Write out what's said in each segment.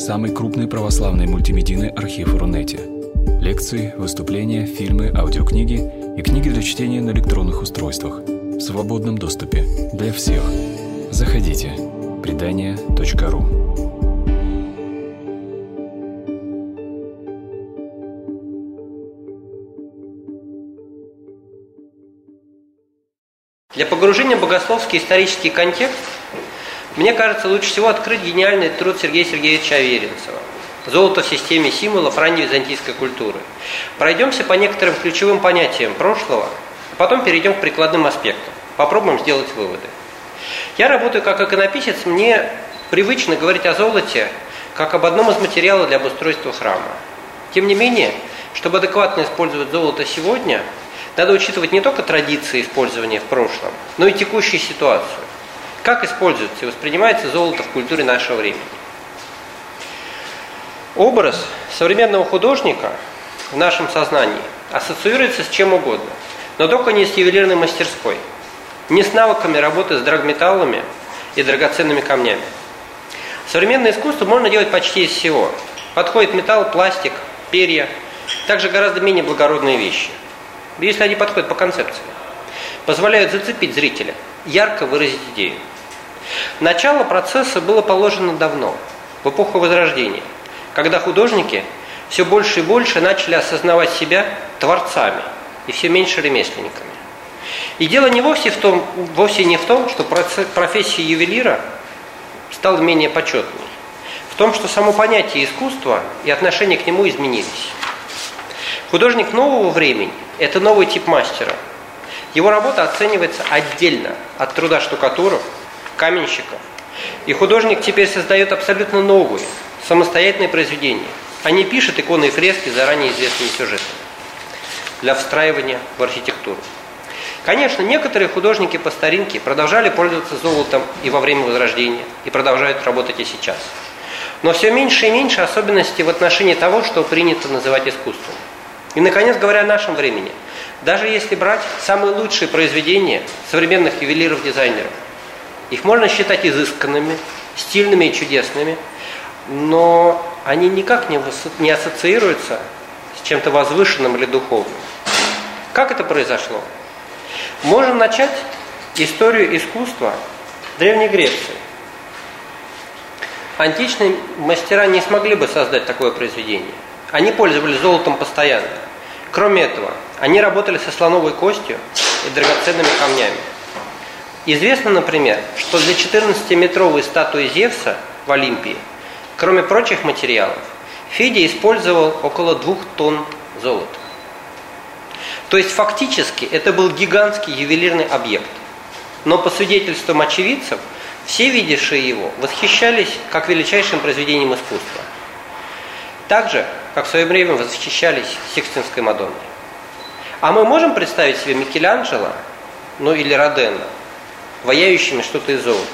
самый крупный православный мультимедийный архив Рунете. Лекции, выступления, фильмы, аудиокниги и книги для чтения на электронных устройствах в свободном доступе для всех. Заходите. Предания.ру. Для погружения в богословский исторический контекст, мне кажется, лучше всего открыть гениальный труд Сергея Сергеевича Аверинцева «Золото в системе символов ранней византийской культуры». Пройдемся по некоторым ключевым понятиям прошлого, а потом перейдем к прикладным аспектам. Попробуем сделать выводы. Я работаю как иконописец, мне привычно говорить о золоте как об одном из материалов для обустройства храма. Тем не менее, чтобы адекватно использовать золото сегодня, надо учитывать не только традиции использования в прошлом, но и текущую ситуацию. Как используется и воспринимается золото в культуре нашего времени? Образ современного художника в нашем сознании ассоциируется с чем угодно, но только не с ювелирной мастерской, не с навыками работы с драгметаллами и драгоценными камнями. Современное искусство можно делать почти из всего. Подходит металл, пластик, перья, также гораздо менее благородные вещи, если они подходят по концепции, позволяют зацепить зрителя, ярко выразить идею. Начало процесса было положено давно, в эпоху Возрождения, когда художники все больше и больше начали осознавать себя творцами и все меньше ремесленниками. И дело вовсе не в том, что профессия ювелира стала менее почетной, в том, что само понятие искусства и отношение к нему изменились. Художник нового времени – это новый тип мастера. Его работа оценивается отдельно от труда штукатуров, каменщиков. И художник теперь создает абсолютно новые, самостоятельные произведения, а не пишет иконы и фрески с заранее известными сюжетами для встраивания в архитектуру. Конечно, некоторые художники по старинке продолжали пользоваться золотом и во время Возрождения, и продолжают работать и сейчас. Но все меньше и меньше особенностей в отношении того, что принято называть искусством. И, наконец, говоря о нашем времени, даже если брать самые лучшие произведения современных ювелиров-дизайнеров, их можно считать изысканными, стильными и чудесными, но они никак не ассоциируются с чем-то возвышенным или духовным. Как это произошло? Можем начать историю искусства Древней Греции. Античные мастера не смогли бы создать такое произведение. Они пользовались золотом постоянно. Кроме этого, они работали со слоновой костью и драгоценными камнями. Известно, например, что для 14-метровой статуи Зевса в Олимпии, кроме прочих материалов, Федя использовал около 2 тонн золота. То есть фактически это был гигантский ювелирный объект. Но по свидетельствам очевидцев, все видевшие его восхищались как величайшим произведением искусства. Так же, как в свое время восхищались Сикстинской Мадонной. А мы можем представить себе Микеланджело, или Родена, ваяющими что-то из золота?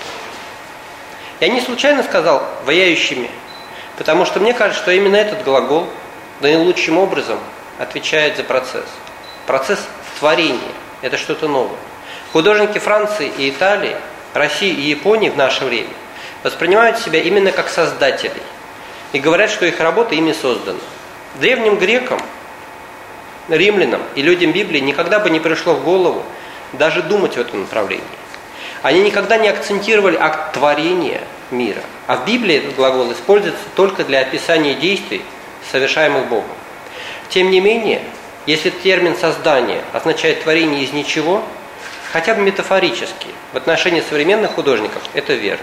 Я не случайно сказал «ваяющими», потому что мне кажется, что именно этот глагол наилучшим образом отвечает за процесс. Процесс творения – это что-то новое. Художники Франции и Италии, России и Японии в наше время воспринимают себя именно как создателей и говорят, что их работа ими создана. Древним грекам, римлянам и людям Библии никогда бы не пришло в голову даже думать в этом направлении. Они никогда не акцентировали акт творения мира, а в Библии этот глагол используется только для описания действий, совершаемых Богом. Тем не менее, если термин «создание» означает творение из ничего, хотя бы метафорически, в отношении современных художников это верно.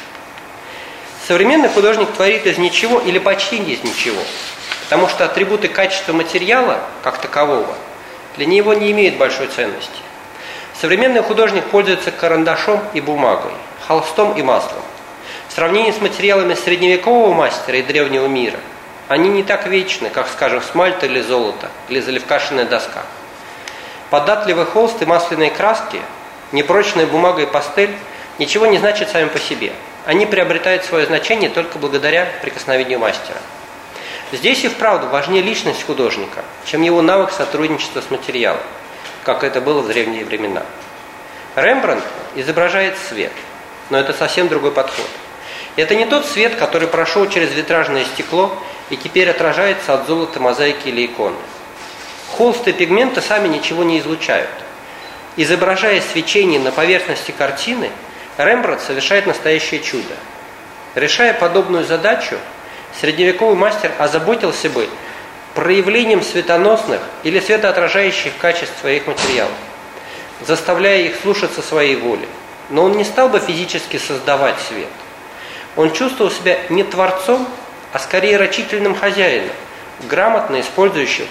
Современный художник творит из ничего или почти из ничего, потому что атрибуты качества материала, как такового, для него не имеют большой ценности. Современный художник пользуется карандашом и бумагой, холстом и маслом. В сравнении с материалами средневекового мастера и древнего мира, они не так вечны, как, скажем, смальт или золото, или заливкашенная доска. Податливый холст и масляные краски, непрочная бумага и пастель ничего не значат сами по себе. Они приобретают свое значение только благодаря прикосновению мастера. Здесь и вправду важнее личность художника, чем его навык сотрудничества с материалом, как это было в древние времена. Рембрандт изображает свет, но это совсем другой подход. Это не тот свет, который прошел через витражное стекло и теперь отражается от золота мозаики или иконы. Холст и пигменты сами ничего не излучают. Изображая свечение на поверхности картины, Рембрандт совершает настоящее чудо. Решая подобную задачу, средневековый мастер озаботился бы проявлением светоносных или светоотражающих качеств своих материалов, заставляя их слушаться своей воли. Но он не стал бы физически создавать свет. Он чувствовал себя не творцом, а скорее рачительным хозяином, грамотно использующим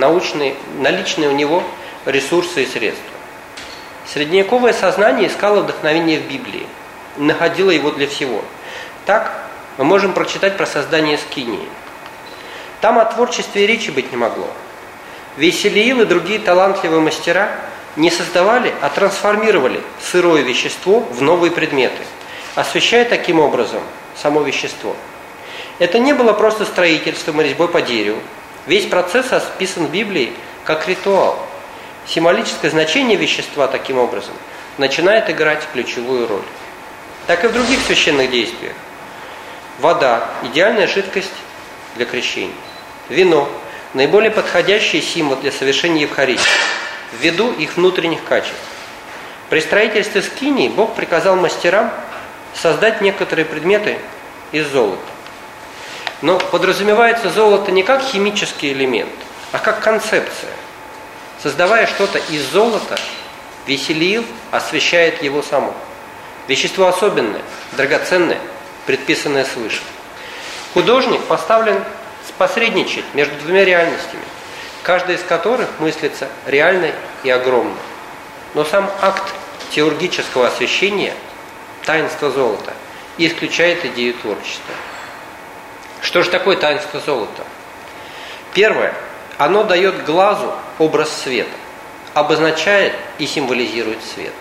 наличные у него ресурсы и средства. Средневековое сознание искало вдохновение в Библии, находило его для всего. Так мы можем прочитать про создание Скинии. Там о творчестве и речи быть не могло. Веселиил и другие талантливые мастера не создавали, а трансформировали сырое вещество в новые предметы, освещая таким образом само вещество. Это не было просто строительством и резьбой по дереву. Весь процесс описан в Библии как ритуал. Символическое значение вещества таким образом начинает играть ключевую роль. Так и в других священных действиях. Вода – идеальная жидкость для крещения. Вино – наиболее подходящий символ для совершения Евхаристии, ввиду их внутренних качеств. При строительстве скинии Бог приказал мастерам создать некоторые предметы из золота. Но подразумевается золото не как химический элемент, а как концепция. Создавая что-то из золота, Веселиил освещает его само. Вещество особенное, драгоценное, предписанное свыше. Художник поставлен посредничать между двумя реальностями, каждая из которых мыслится реальной и огромной. Но сам акт теургического освещения, таинство золота, исключает идею творчества. Что же такое таинство золота? Первое. Оно дает глазу образ света, обозначает и символизирует свет.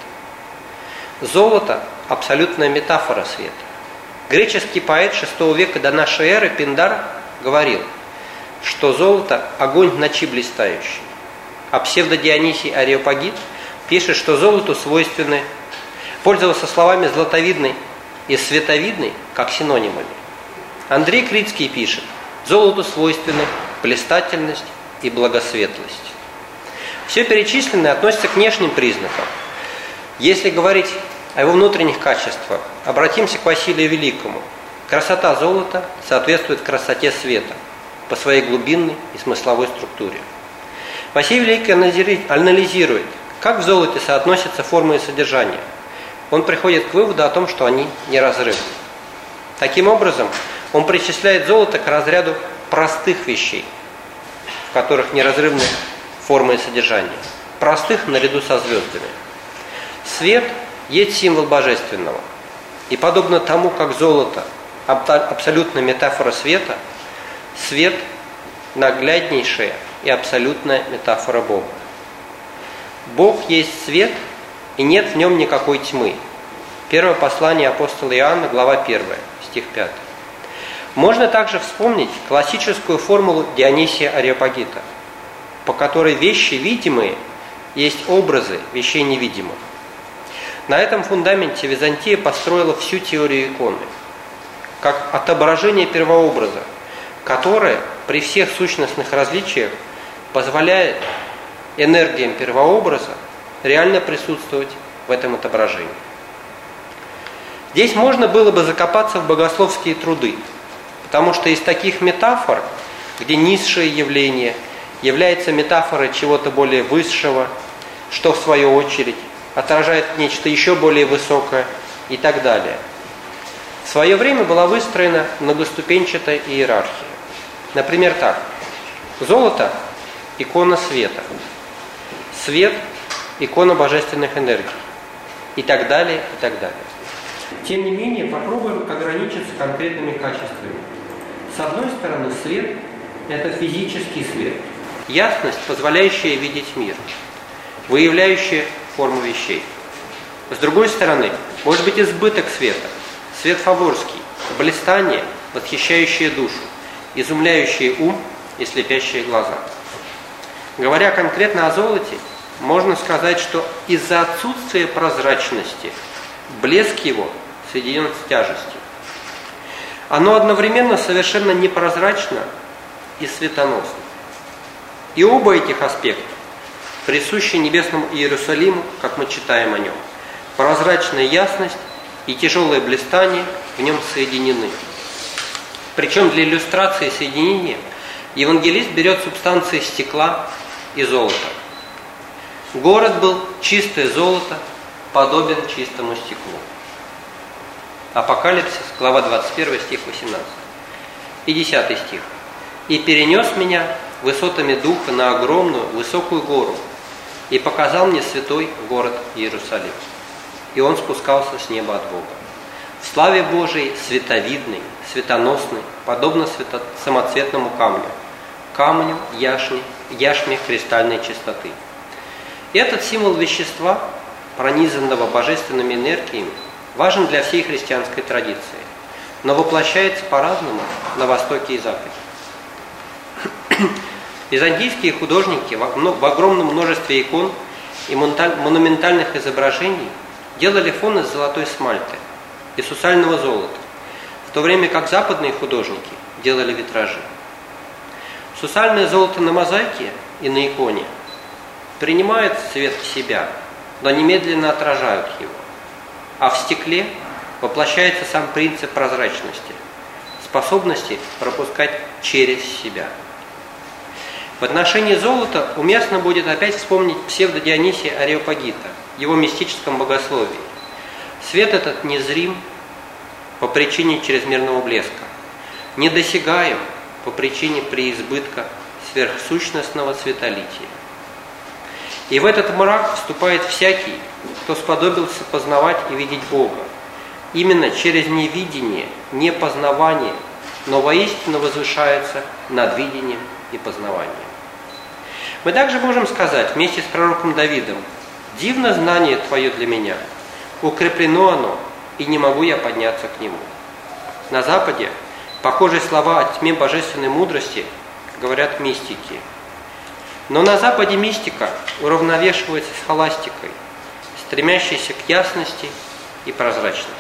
Золото – абсолютная метафора света. Греческий поэт VI века до нашей эры Пиндар говорил, что золото – огонь в ночи блистающий. А псевдодионисий Ареопагит пишет, что золоту свойственны, пользовался словами златовидный и световидный как синонимами. Андрей Крицкий пишет, золоту свойственны блистательность и благосветлость. Все перечисленное относится к внешним признакам. Если говорить о его внутренних качествах, обратимся к Василию Великому. Красота золота соответствует красоте света по своей глубинной и смысловой структуре. Василий Великий анализирует, как в золоте соотносятся формы и содержание. Он приходит к выводу о том, что они неразрывны. Таким образом, он причисляет золото к разряду простых вещей, в которых неразрывны формы и содержание. Простых наряду со звездами. Свет есть символ божественного. И подобно тому, как золото – абсолютная метафора света, свет – нагляднейшая и абсолютная метафора Бога. Бог есть свет, и нет в нем никакой тьмы. Первое послание апостола Иоанна, глава 1, стих 5. Можно также вспомнить классическую формулу Дионисия Ареопагита, по которой вещи видимые есть образы вещей невидимых. На этом фундаменте Византия построила всю теорию иконы, как отображение первообраза, которое при всех сущностных различиях позволяет энергиям первообраза реально присутствовать в этом отображении. Здесь можно было бы закопаться в богословские труды, потому что из таких метафор, где низшее явление является метафорой чего-то более высшего, что в свою очередь отражает нечто еще более высокое и так далее. В свое время была выстроена многоступенчатая иерархия. Например, так. Золото – икона света. Свет – икона божественных энергий. И так далее, и так далее. Тем не менее, попробуем ограничиться конкретными качествами. С одной стороны, свет – это физический свет. Ясность, позволяющая видеть мир, выявляющая форму вещей. С другой стороны, может быть избыток света, свет фаворский, блистание, восхищающее душу, изумляющее ум и слепящие глаза. Говоря конкретно о золоте, можно сказать, что из-за отсутствия прозрачности блеск его соединен с тяжестью. оно одновременно совершенно непрозрачно и светоносно. И оба этих аспекта присущи небесному Иерусалиму, как мы читаем о нем. Прозрачная ясность и тяжелое блистание в нем соединены. Причем для иллюстрации соединения евангелист берет субстанции стекла и золота. Город был чистое золото, подобен чистому стеклу. Апокалипсис, глава 21, стих 18. И 10 стих. «И перенес меня высотами духа на огромную, высокую гору, и показал мне святой город Иерусалим. И он спускался с неба от Бога. В славе Божией световидный, светоносный, подобно самоцветному камню яшме кристальной чистоты». И этот символ вещества, пронизанного божественными энергиями, важен для всей христианской традиции, но воплощается по-разному на Востоке и Западе. Византийские художники в огромном множестве икон и монументальных изображений делали фон из золотой смальты и сусального золота, в то время как западные художники делали витражи. Сусальное золото на мозаике и на иконе принимает свет в себя, но немедленно отражают его. А в стекле воплощается сам принцип прозрачности, способности пропускать через себя. В отношении золота уместно будет опять вспомнить псевдодионисия Ареопагита, его мистическом богословии. Свет этот незрим по причине чрезмерного блеска, недосягаем по причине преизбытка сверхсущностного светолития. И в этот мрак вступает всякий, кто сподобился познавать и видеть Бога, именно через невидение, непознавание, но воистину возвышается над видением и познаванием. Мы также можем сказать вместе с пророком Давидом: «Дивно знание Твое для меня, укреплено оно, и не могу я подняться к нему». На Западе похожие слова о тьме божественной мудрости говорят мистики. Но на Западе мистика уравновешивается схоластикой, стремящейся к ясности и прозрачности.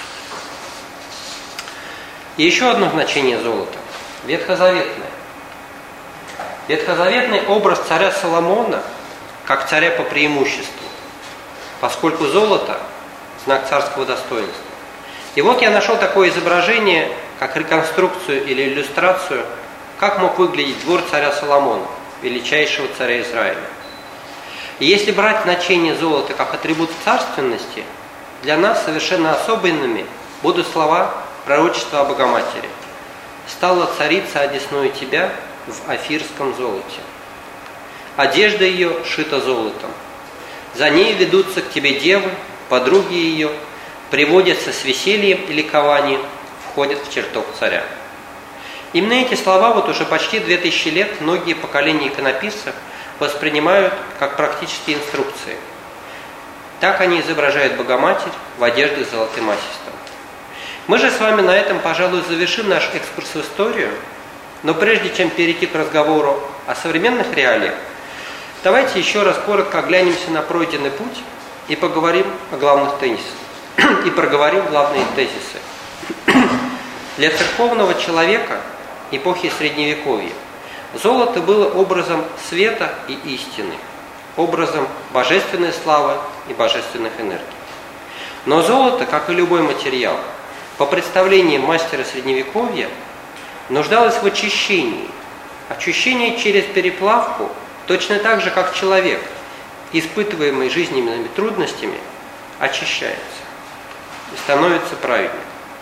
И еще одно значение золота – ветхозаветное. Ветхозаветный образ царя Соломона как царя по преимуществу, поскольку золото – знак царского достоинства. И вот я нашел такое изображение, как реконструкцию или иллюстрацию, как мог выглядеть двор царя Соломона, величайшего царя Израиля. И если брать значение золота как атрибут царственности, для нас совершенно особенными будут слова пророчества о Богоматери. «Стала царица одесную тебя в офирском золоте. Одежда ее шита золотом. За ней ведутся к тебе девы, подруги ее, приводятся с весельем и ликованием, входят в чертог царя». Именно эти слова вот уже почти 2000 лет многие поколения иконописцев воспринимают как практические инструкции. Так они изображают Богоматерь в одежде с золотым ассистом. Мы же с вами на этом, пожалуй, завершим наш экскурс в историю, но прежде чем перейти к разговору о современных реалиях, давайте еще раз коротко оглянемся на пройденный путь и поговорим о главных тезисах. И проговорим главные тезисы. Для церковного человека эпохи Средневековья золото было образом света и истины, образом божественной славы и божественных энергий. Но золото, как и любой материал, по представлениям мастера Средневековья, нуждалось в очищении. Очищение через переплавку точно так же, как человек, испытываемый жизненными трудностями, очищается и становится праведным.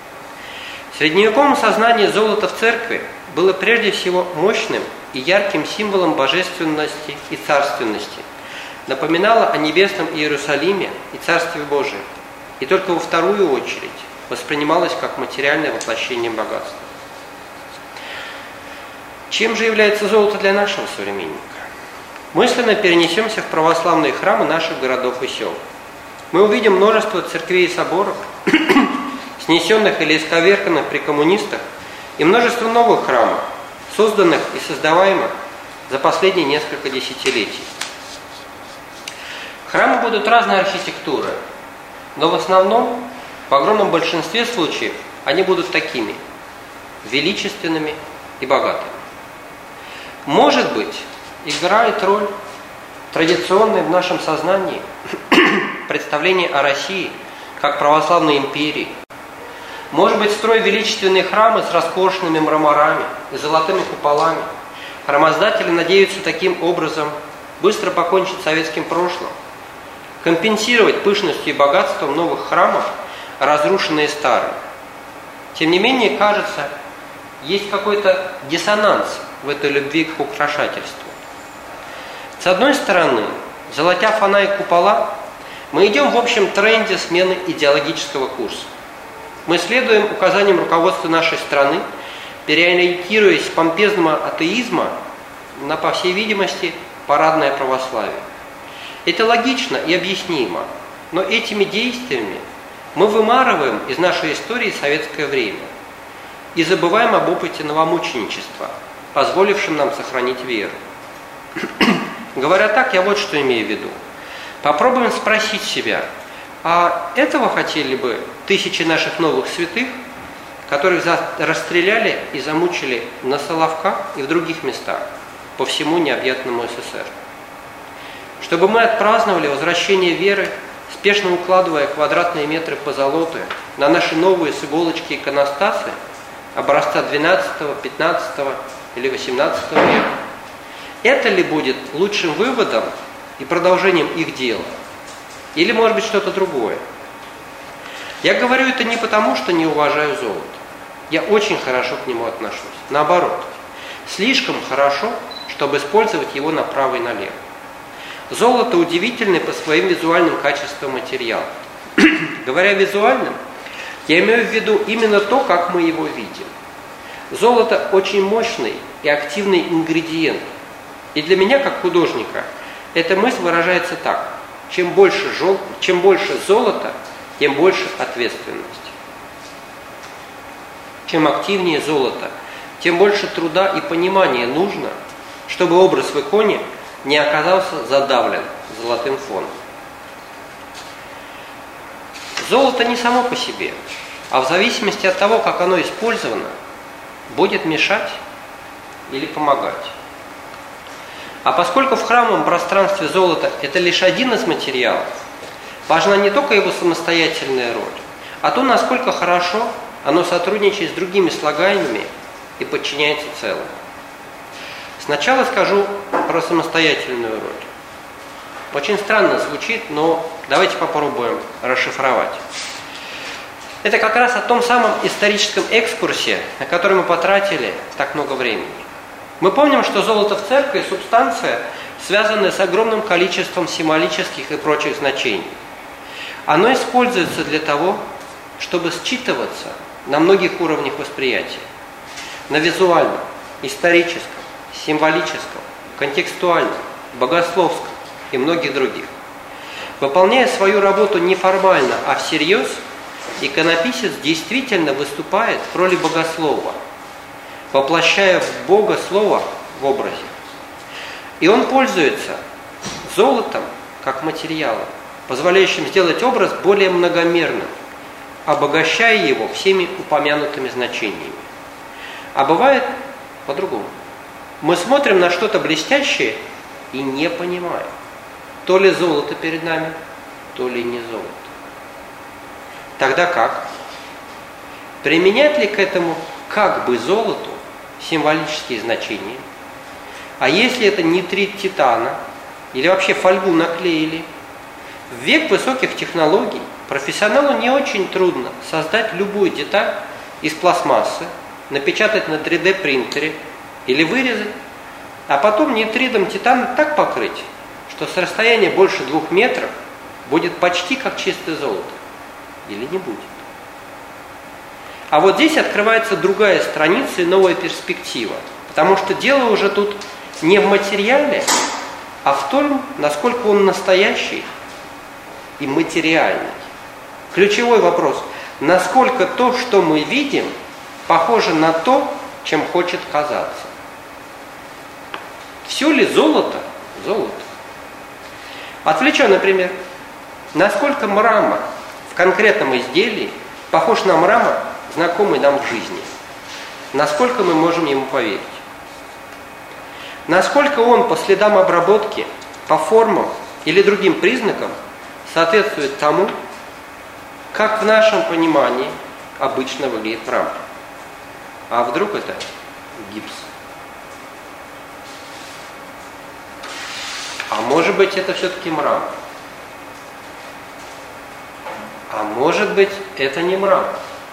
В средневековом сознании золото в церкви было прежде всего мощным и ярким символом божественности и царственности, напоминало о небесном Иерусалиме и Царстве Божием, и только во вторую очередь воспринималось как материальное воплощение богатства. Чем же является золото для нашего современника? Мысленно перенесемся в православные храмы наших городов и сел. Мы увидим множество церквей и соборов, снесенных или исковерканных при коммунистах, и множество новых храмов, созданных и создаваемых за последние несколько десятилетий. Храмы будут разной архитектуры, но в основном, в огромном большинстве случаев, они будут такими. величественными и богатыми. Может быть, играет роль традиционное в нашем сознании представление о России как православной империи. Может быть, строя величественные храмы с роскошными мраморами и золотыми куполами, храмоздатели надеются таким образом быстро покончить с советским прошлым, компенсировать пышностью и богатством новых храмов разрушенные старые. Тем не менее, кажется, есть какой-то диссонанс в этой любви к украшательству. С одной стороны, золотя фона и купола, мы идем в общем тренде смены идеологического курса. Мы следуем указаниям руководства нашей страны, переориентируясь с помпезного атеизма на, по всей видимости, парадное православие. Это логично и объяснимо, но этими действиями мы вымарываем из нашей истории советское время и забываем об опыте новомученичества, позволившем нам сохранить веру. Говоря так, я вот что имею в виду. Попробуем спросить себя, а этого хотели бы тысячи наших новых святых, которых расстреляли и замучили на Соловках и в других местах по всему необъятному СССР? Чтобы мы отпраздновали возвращение веры, спешно укладывая квадратные метры позолоты на наши новые с иголочки иконостасы образца XII, XV или XVIII века. Это ли будет лучшим выводом и продолжением их дела? Или, может быть, что-то другое? Я говорю это не потому, что не уважаю золото. Я очень хорошо к нему отношусь. Наоборот, слишком хорошо, чтобы использовать его направо и налево. Золото удивительный по своим визуальным качествам материал. Говоря визуальным, я имею в виду именно то, как мы его видим. Золото очень мощный и активный ингредиент. И для меня, как художника, эта мысль выражается так. Чем больше золота, тем больше ответственности. Чем активнее золото, тем больше труда и понимания нужно, чтобы образ в иконе не оказался задавлен золотым фоном. Золото не само по себе, а в зависимости от того, как оно использовано, будет мешать или помогать. А поскольку в храмовом пространстве золото – это лишь один из материалов, важна не только его самостоятельная роль, а то, насколько хорошо оно сотрудничает с другими слагаемыми и подчиняется целому. Сначала скажу про самостоятельную роль. Очень странно звучит, но давайте попробуем расшифровать. Это как раз о том самом историческом экскурсе, на который мы потратили так много времени. Мы помним, что золото в церкви – субстанция, связанная с огромным количеством символических и прочих значений. Оно используется для того, чтобы считываться на многих уровнях восприятия. На визуальном, историческом, символическом, контекстуальном, богословском и многих других. Выполняя свою работу не формально, а всерьез, иконописец действительно выступает в роли богослова, воплощая в Бога Слово в образе. И он пользуется золотом как материалом, позволяющим сделать образ более многомерным, обогащая его всеми упомянутыми значениями. А бывает по-другому. Мы смотрим на что-то блестящее и не понимаем, то ли золото перед нами, то ли не золото. Тогда как? Применять ли к этому как бы золоту символические значения? А если это нитрит титана или вообще фольгу наклеили? В век высоких технологий профессионалу не очень трудно создать любую деталь из пластмассы, напечатать на 3D принтере или вырезать, а потом нитридом титана так покрыть, что с расстояния больше 2 метров будет почти как чистое золото. Или не будет. А вот здесь открывается другая страница и новая перспектива. Потому что дело уже тут не в материале, а в том, насколько он настоящий и материальный. Ключевой вопрос: насколько то, что мы видим, похоже на то, чем хочет казаться. Все ли золото? Золото. Отвлечу, например, насколько мрамор в конкретном изделии похож на мрамор, знакомый нам в жизни. насколько мы можем ему поверить. Насколько он по следам обработки, по формам или другим признакам соответствует тому, как в нашем понимании обычно выглядит мрамор. А вдруг это гипс? А может быть, это все-таки мрамор? А может быть, это не мрамор?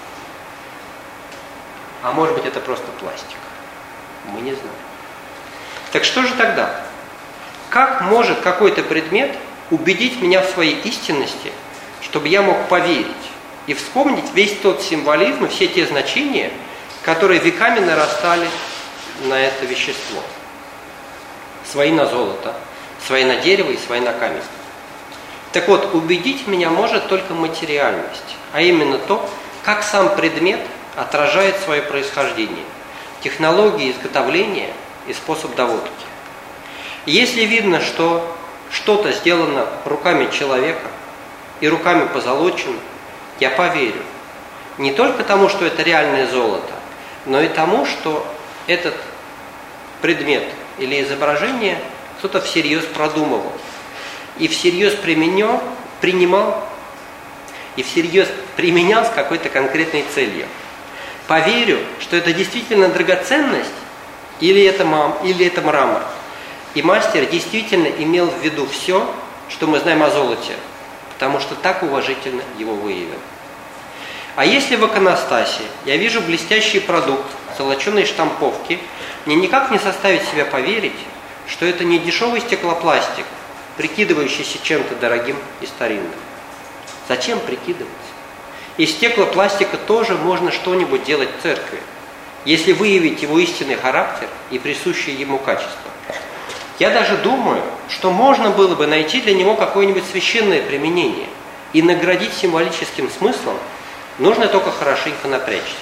А может быть, это просто пластик? Мы не знаем. Так что же тогда? Как может какой-то предмет убедить меня в своей истинности, чтобы я мог поверить и вспомнить весь тот символизм и все те значения, которые веками нарастали на это вещество? Свои на золото, свои на дерево и свои на камень. Так вот, убедить меня может только материальность, а именно то, как сам предмет отражает свое происхождение, технологии изготовления и способ доводки. Если видно, что что-то сделано руками человека и руками позолочено, я поверю не только тому, что это реальное золото, но и тому, что этот предмет или изображение кто-то всерьез продумывал и всерьез принимал и всерьез применял с какой-то конкретной целью. Поверю, что это действительно драгоценность или это мрамор. И мастер действительно имел в виду все, что мы знаем о золоте, потому что так уважительно его выявил. А если в иконостасе я вижу блестящий продукт золоченой штамповки, мне никак не заставить себя поверить, что это не дешевый стеклопластик, прикидывающийся чем-то дорогим и старинным. Зачем прикидываться? Из стеклопластика тоже можно что-нибудь делать в церкви, если выявить его истинный характер и присущие ему качества. Я даже думаю, что можно было бы найти для него какое-нибудь священное применение и наградить символическим смыслом, нужно только хорошенько напрячься.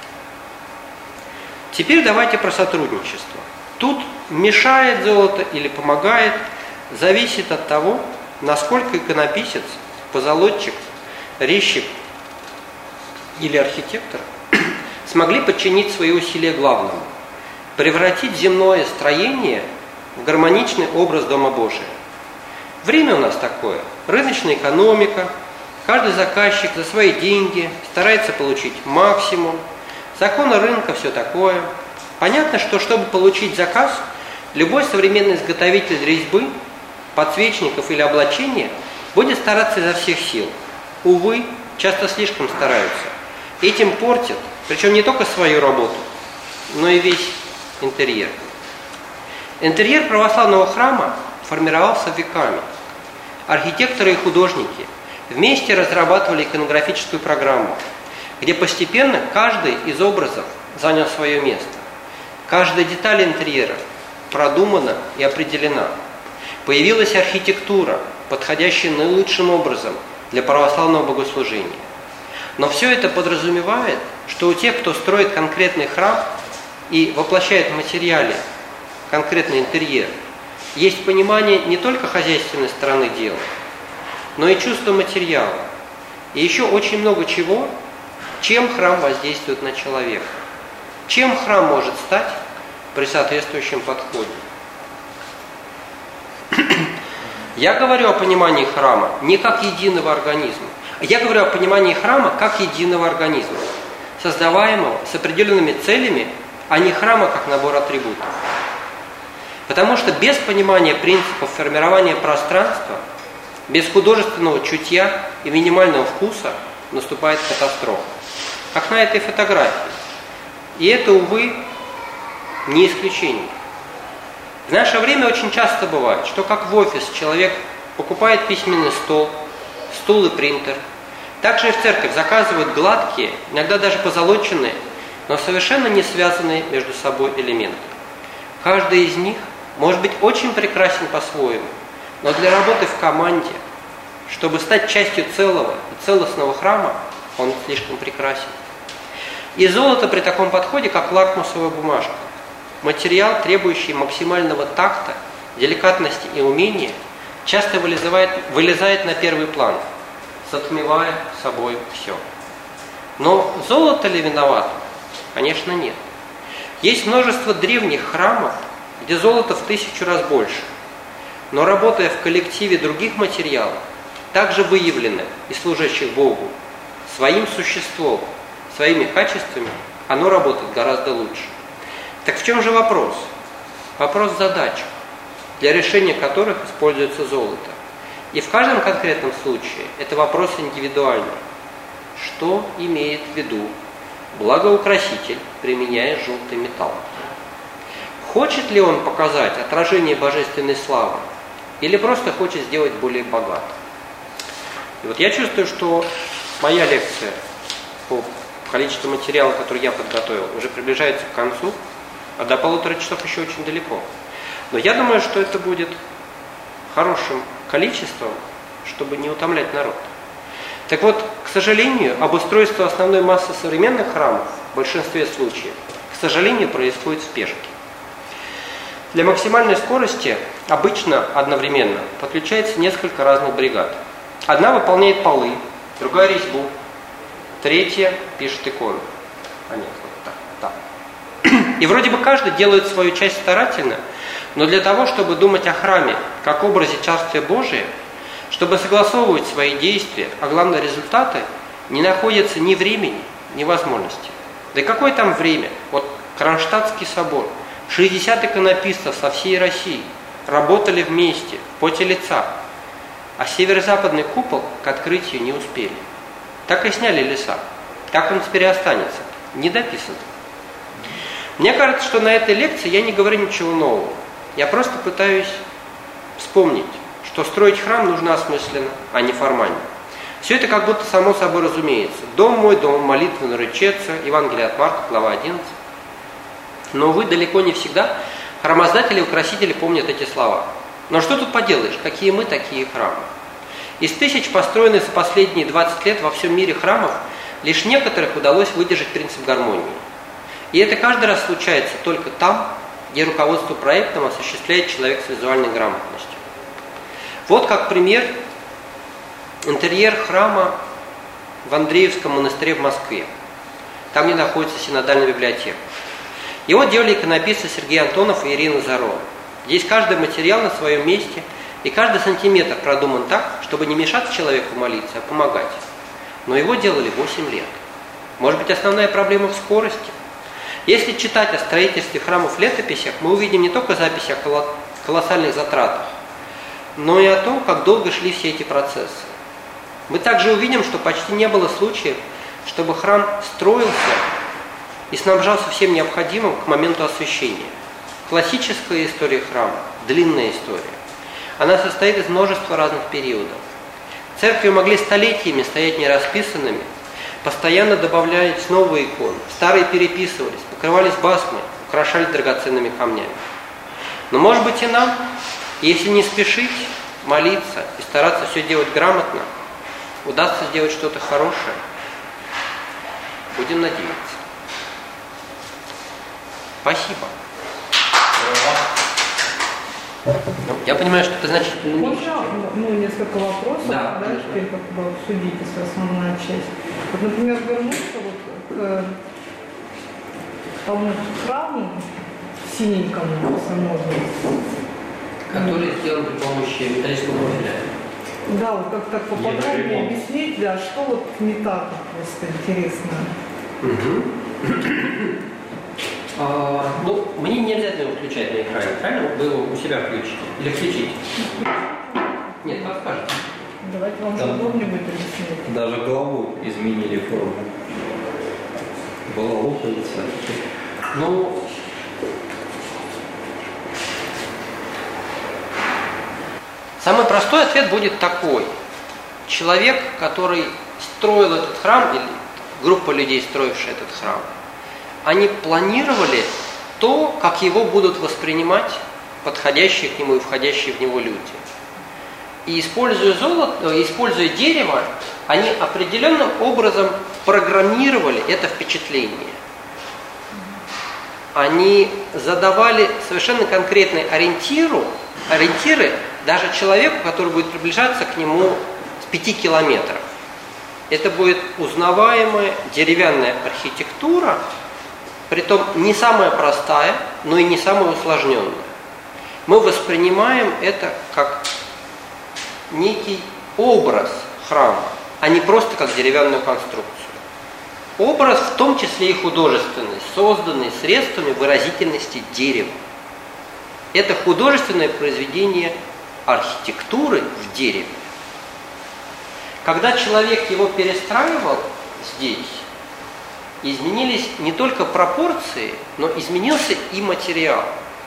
Теперь давайте про сотрудничество. Тут мешает золото или помогает, зависит от того, насколько иконописец, позолотчик, резчик или архитектор смогли подчинить свои усилия главному, превратить земное строение в гармоничный образ Дома Божия. Время у нас такое, рыночная экономика, каждый заказчик за свои деньги старается получить максимум, законы рынка, все такое. Понятно, что чтобы получить заказ, любой современный изготовитель резьбы, подсвечников или облачения будет стараться изо всех сил. Увы, часто слишком стараются. Этим портят, причем не только свою работу, но и весь интерьер. Интерьер православного храма формировался веками. Архитекторы и художники вместе разрабатывали иконографическую программу, где постепенно каждый из образов занял свое место. Каждая деталь интерьера продумана и определена. Появилась архитектура, подходящая наилучшим образом для православного богослужения. Но все это подразумевает, что у тех, кто строит конкретный храм и воплощает в материале конкретный интерьер, есть понимание не только хозяйственной стороны дела, но и чувство материала. И еще очень много чего, чем храм воздействует на человека. Чем храм может стать при соответствующем подходе. Я говорю о понимании храма не как единого организма. Я говорю о понимании храма как единого организма, создаваемого с определенными целями, а не храма как набор атрибутов. Потому что без понимания принципов формирования пространства, без художественного чутья и минимального вкуса наступает катастрофа. Как на этой фотографии. И это, увы, не исключение. В наше время очень часто бывает, что как в офис человек покупает письменный стол, стул и принтер. Также и в церковь заказывают гладкие, иногда даже позолоченные, но совершенно не связанные между собой элементы. Каждый из них может быть очень прекрасен по-своему, но для работы в команде, чтобы стать частью целого и целостного храма, он слишком прекрасен. И золото при таком подходе, как лакмусовая бумажка. Материал, требующий максимального такта, деликатности и умения, часто вылезает на первый план, затмевая собой все. Но золото ли виновато? Конечно, нет. Есть множество древних храмов, где золото в 1000 раз больше. Но работая в коллективе других материалов, также выявленных и служащих Богу, своим существом, своими качествами, оно работает гораздо лучше. Так в чем же вопрос? Вопрос в задачах, для решения которых используется золото. И в каждом конкретном случае это вопрос индивидуальный. Что имеет в виду благоукраситель, применяя желтый металл? Хочет ли он показать отражение божественной славы или просто хочет сделать более богатым? И вот я чувствую, что моя лекция по количеству материала, который я подготовил, уже приближается к концу, а до 1,5 часов еще очень далеко. Но я думаю, что это будет хорошим количеством, чтобы не утомлять народ. Так вот, к сожалению, обустройство основной массы современных храмов в большинстве случаев, к сожалению, происходит в спешке. Для максимальной скорости обычно одновременно подключается несколько разных бригад. Одна выполняет полы, другая резьбу, третья пишет иконы. А нет, вот так. И вроде бы каждый делает свою часть старательно, но для того, чтобы думать о храме как образе Царствия Божия, чтобы согласовывать свои действия, а главное результаты, не находится ни времени, ни возможности. Да и какое там время? Вот Кронштадтский собор, 60 иконописцев со всей России работали вместе, в поте лица, а северо-западный купол к открытию не успели. Так и сняли леса. Как он теперь и останется? Не дописан. Мне кажется, что на этой лекции я не говорю ничего нового. Я просто пытаюсь вспомнить, что строить храм нужно осмысленно, а не формально. Все это как будто само собой разумеется. «Дом мой, дом молитвы наречется», Евангелие от Марка, глава 11. Но, увы, далеко не всегда храмоздатели и украсители помнят эти слова. Но что тут поделаешь, какие мы, такие храмы. Из 1000 построенных за последние 20 лет во всем мире храмов, лишь некоторых удалось выдержать принцип гармонии. И это каждый раз случается только там, где руководство проектом осуществляет человек с визуальной грамотностью. Вот как пример интерьер храма в Андреевском монастыре в Москве, там, где находится синодальная библиотека. Его делали иконописцы Сергей Антонов и Ирина Зарова. Здесь каждый материал на своем месте, и каждый сантиметр продуман так, чтобы не мешать человеку молиться, а помогать. Но его делали 8 лет. Может быть, основная проблема в скорости? Если читать о строительстве храмов в летописях, мы увидим не только записи о колоссальных затратах, но и о том, как долго шли все эти процессы. Мы также увидим, что почти не было случаев, чтобы храм строился и снабжался всем необходимым к моменту освящения. Классическая история храма – длинная история. Она состоит из множества разных периодов. Церкви могли столетиями стоять нерасписанными, постоянно добавлялись новые иконы, старые переписывались, покрывались басмой, украшались драгоценными камнями. Но, может быть, и нам, если не спешить, молиться и стараться все делать грамотно, удастся сделать что-то хорошее. Будем надеяться. Спасибо. Я понимаю, что это значительно меньше. Можно несколько вопросов, да, теперь как бы обсудить, если основная часть. Вот, например, вернуться вот к тому храму синенькому, если можно. Который сделан при помощи металлического профиля. Да, вот как так поподробнее объяснить, да, что вот не так, просто интересно. Ну, мне не обязательно его включать на экране, правильно? Вы его у себя включите. Или включите? Нет, подскажете. Давайте вам удобнее будет объяснить. Даже главу изменили форму. Была луковица. Ну, самый простой ответ будет такой. Человек, который строил этот храм, или группа людей, строившая этот храм, они планировали то, как его будут воспринимать подходящие к нему и входящие в него люди. И используя золото, используя дерево, они определенным образом программировали это впечатление. Они задавали совершенно конкретные ориентиры даже человеку, который будет приближаться к нему с 5 километров. Это будет узнаваемая деревянная архитектура, притом не самая простая, но и не самая усложненная. Мы воспринимаем это как некий образ храма, а не просто как деревянную конструкцию. Образ, в том числе и художественный, созданный средствами выразительности дерева. Это художественное произведение архитектуры в дереве. Когда человек его перестраивал здесь, изменились не только пропорции, но изменился и материал.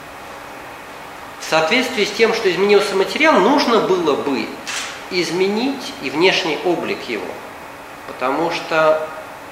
В соответствии с тем, что изменился материал, нужно было бы изменить и внешний облик его. Потому что,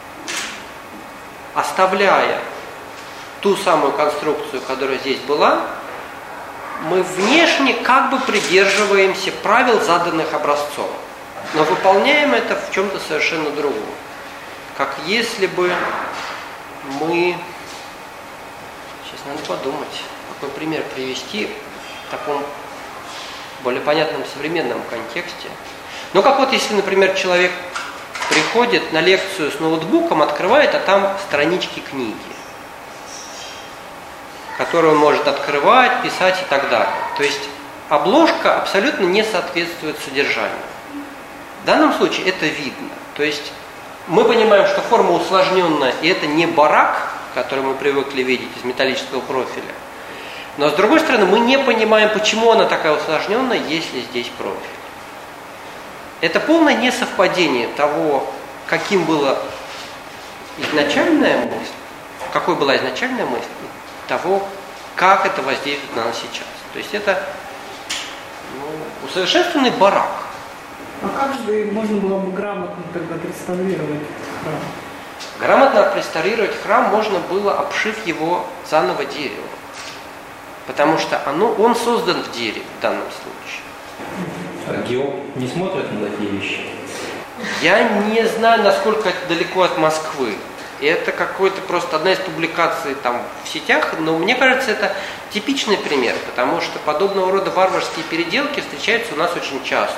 оставляя ту самую конструкцию, которая здесь была, мы внешне как бы придерживаемся правил, заданных образцом, но выполняем это в чем-то совершенно другом. Как если бы мы... Сейчас надо подумать, какой пример привести в таком более понятном современном контексте. Ну, как вот если, например, человек приходит на лекцию с ноутбуком, открывает, а там странички книги, которую он может открывать, писать и так далее. То есть обложка абсолютно не соответствует содержанию. В данном случае это видно. То есть мы понимаем, что форма усложненная, и это не барак, который мы привыкли видеть из металлического профиля. Но с другой стороны, мы не понимаем, почему она такая усложненная, если здесь профиль. Это полное несовпадение того, каким была изначальная мысль, какой была изначальная мысль, того, как это воздействует на нас сейчас. То есть это усовершенствованный барак. А как же можно было бы грамотно тогда отреставрировать храм? Грамотно отреставрировать храм можно было, обшив его заново деревом. Потому что он создан в дереве в данном случае. А геолог не смотрит на такие вещи? Я не знаю, насколько это далеко от Москвы. И это какой-то просто одна из публикаций там в сетях, но мне кажется, это типичный пример, потому что подобного рода варварские переделки встречаются у нас очень часто.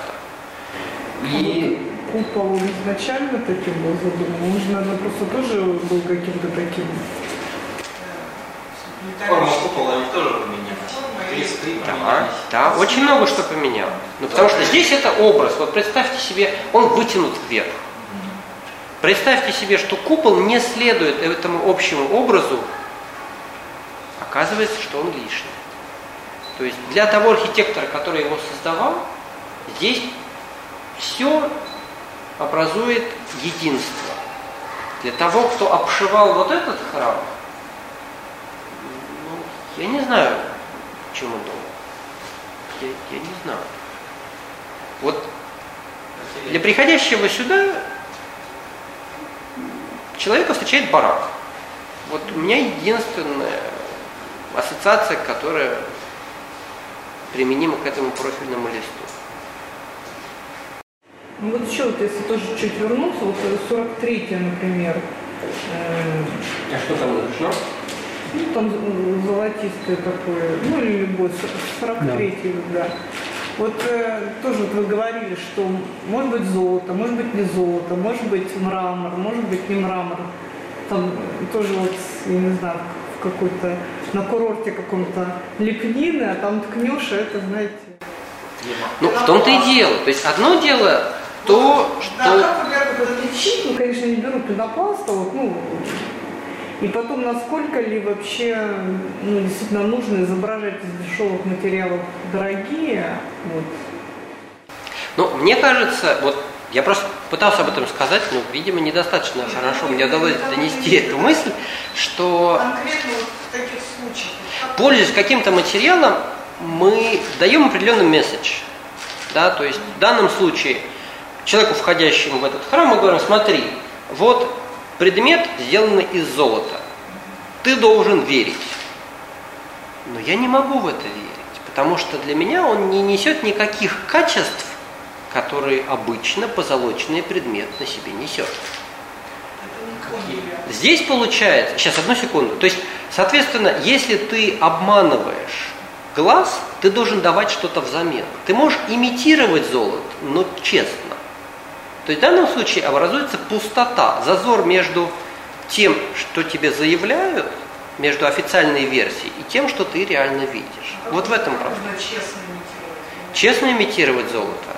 И купол изначально таким был задуман? Он же, наверное, просто тоже был каким-то таким. Форма купола они тоже поменялась. Да, очень много что поменял. Ну, потому что здесь это образ. Вот представьте себе, он вытянут вверх. Представьте себе, что купол не следует этому общему образу. Оказывается, что он лишний. То есть для того архитектора, который его создавал, здесь все образует единство. Для того, кто обшивал вот этот храм, я не знаю, чем он думал. Я не знаю. Вот для приходящего сюда человека встречает барак. Вот у меня единственная ассоциация, которая применима к этому профильному листу. Ну вот еще, вот, если тоже чуть вернуться, вот 43-я, например. А что там шнур? Ну, там золотистое такое, ну или любой, 43-й, да. Вот тоже вот вы говорили, что может быть золото, может быть не золото, может быть мрамор, может быть не мрамор. Там тоже вот, я не знаю, в какой-то, на курорте каком-то лепнины, а там ткнешь, а это, знаете... Ну, в том-то и дело. То есть одно дело то, что... Да, как выбирают вот этот щит, ну, конечно, не берут пенопласта, вот, ну... И потом, насколько ли вообще действительно нужно изображать из дешевых материалов дорогие? Вот. Ну, мне кажется, вот я просто пытался об этом сказать, но, видимо, недостаточно хорошо мне удалось донести эту мысль, что конкретно вот в таких случаях, пользуясь каким-то материалом, мы даем определенный месседж. Да? То есть в данном случае человеку, входящему в этот храм, мы говорим: смотри, вот предмет, сделанный из золота. Ты должен верить. Но я не могу в это верить, потому что для меня он не несет никаких качеств, которые обычно позолоченный предмет на себе несет. Здесь получается... Сейчас, одну секунду. То есть, соответственно, если ты обманываешь глаз, ты должен давать что-то взамен. Ты можешь имитировать золото, но честно. То есть в данном случае образуется пустота, зазор между тем, что тебе заявляют, между официальной версией и тем, что ты реально видишь. Вот в этом проблема. Честно имитировать золото?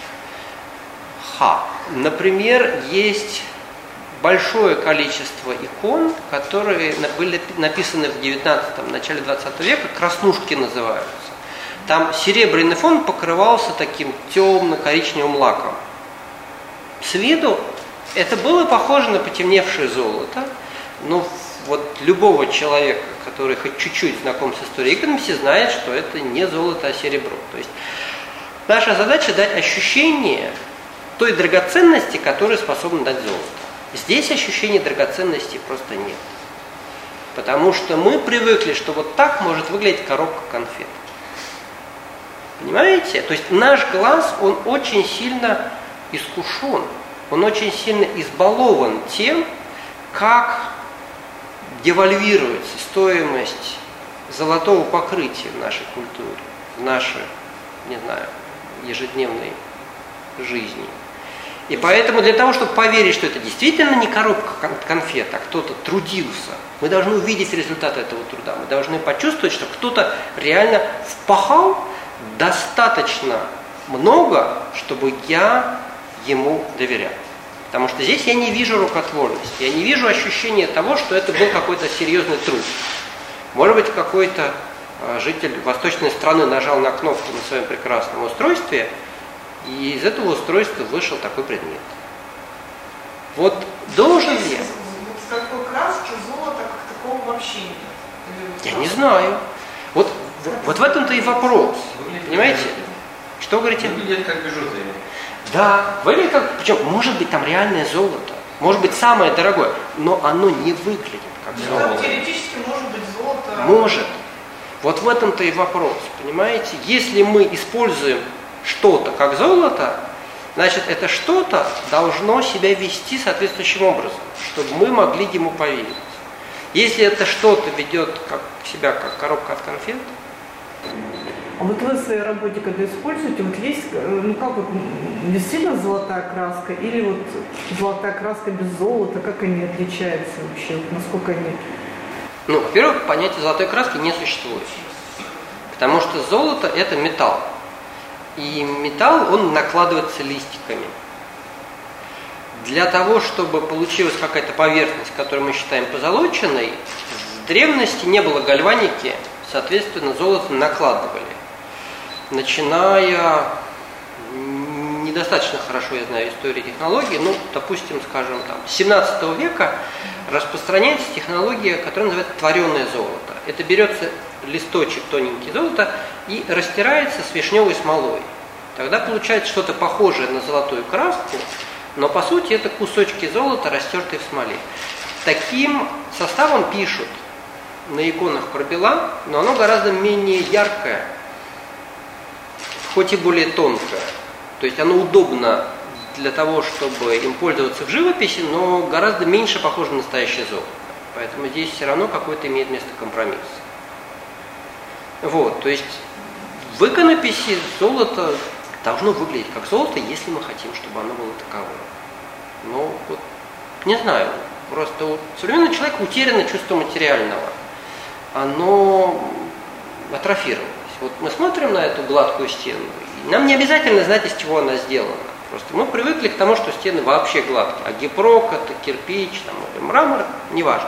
Например, есть большое количество икон, которые были написаны в 19-м, начале 20 века, краснушки называются. Там серебряный фон покрывался таким темно-коричневым лаком. С виду это было похоже на потемневшее золото, но вот любого человека, который хоть чуть-чуть знаком с историей иконописи, знает, что это не золото, а серебро. То есть наша задача дать ощущение той драгоценности, которую способна дать золото. Здесь ощущения драгоценности просто нет. Потому что мы привыкли, что вот так может выглядеть коробка конфет. Понимаете? То есть наш глаз, он очень сильно искушен, он очень сильно избалован тем, как девальвируется стоимость золотого покрытия в нашей культуре, в нашей, не знаю, ежедневной жизни. И поэтому для того, чтобы поверить, что это действительно не коробка конфет, а кто-то трудился, мы должны увидеть результат этого труда. Мы должны почувствовать, что кто-то реально впахал достаточно много, чтобы я ему доверял. Потому что здесь я не вижу рукотворности, я не вижу ощущения того, что это был какой-то серьезный труд. Может быть, какой-то житель восточной страны нажал на кнопку на своем прекрасном устройстве, и из этого устройства вышел такой предмет. Вот должен ли я? С какой краски золота как такого вообще нет? Я не знаю. Вот в этом-то и вопрос. Понимаете? Что вы говорите? Выглядит как бижутерия. Да, выглядит как... Причем, может быть, там реальное золото. Может быть, самое дорогое. Но оно не выглядит как золото. Теоретически может быть золото. Может. Вот в этом-то и вопрос. Понимаете? Если мы используем что-то как золото, значит, это что-то должно себя вести соответствующим образом, чтобы мы могли ему поверить. Если это что-то ведет себя как коробка от конфет. А вот вы в своей работе, когда используете, вот есть, как вот, действительно золотая краска или вот золотая краска без золота, как они отличаются вообще, вот насколько они... Во-первых, понятие золотой краски не существует. Потому что золото – это металл. И металл, он накладывается листиками. Для того, чтобы получилась какая-то поверхность, которую мы считаем позолоченной, в древности не было гальваники, соответственно, золото накладывали. Начиная, недостаточно хорошо я знаю историю технологий, допустим, скажем, с 17 века распространяется технология, которая называется твореное золото. Это берется листочек тоненький золота и растирается с вишневой смолой. Тогда получается что-то похожее на золотую краску, но по сути это кусочки золота, растертые в смоле. Таким составом пишут на иконах про бела, но оно гораздо менее яркое, хоть и более тонкое. То есть оно удобно для того, чтобы им пользоваться в живописи, но гораздо меньше похоже на настоящее золото. Поэтому здесь все равно какой-то имеет место компромисс. То есть в иконописи золото должно выглядеть как золото, если мы хотим, чтобы оно было таковым. Не знаю, просто у современного человека утеряно чувство материального. Оно атрофировалось. Мы смотрим на эту гладкую стену, и нам не обязательно знать, из чего она сделана. Просто мы привыкли к тому, что стены вообще гладкие. А гипрок, это кирпич, или мрамор, неважно.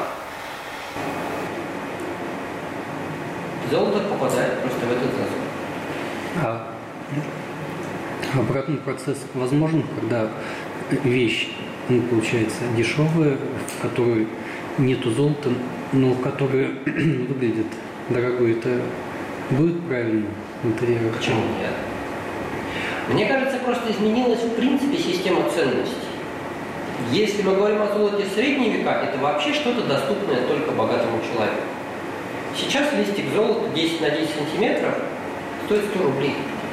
Золото попадает просто в этот зазор. Обратный процесс возможен, когда вещь, получается, дешевая, в которой нету золота, но в которой выглядит дорогой, это будет правильно интерьер? Почему нет? Мне кажется, просто изменилась в принципе система ценностей. Если мы говорим о золоте в средние века, это вообще что-то доступное только богатому человеку. Сейчас листик золота 10 на 10 сантиметров стоит 100 рублей.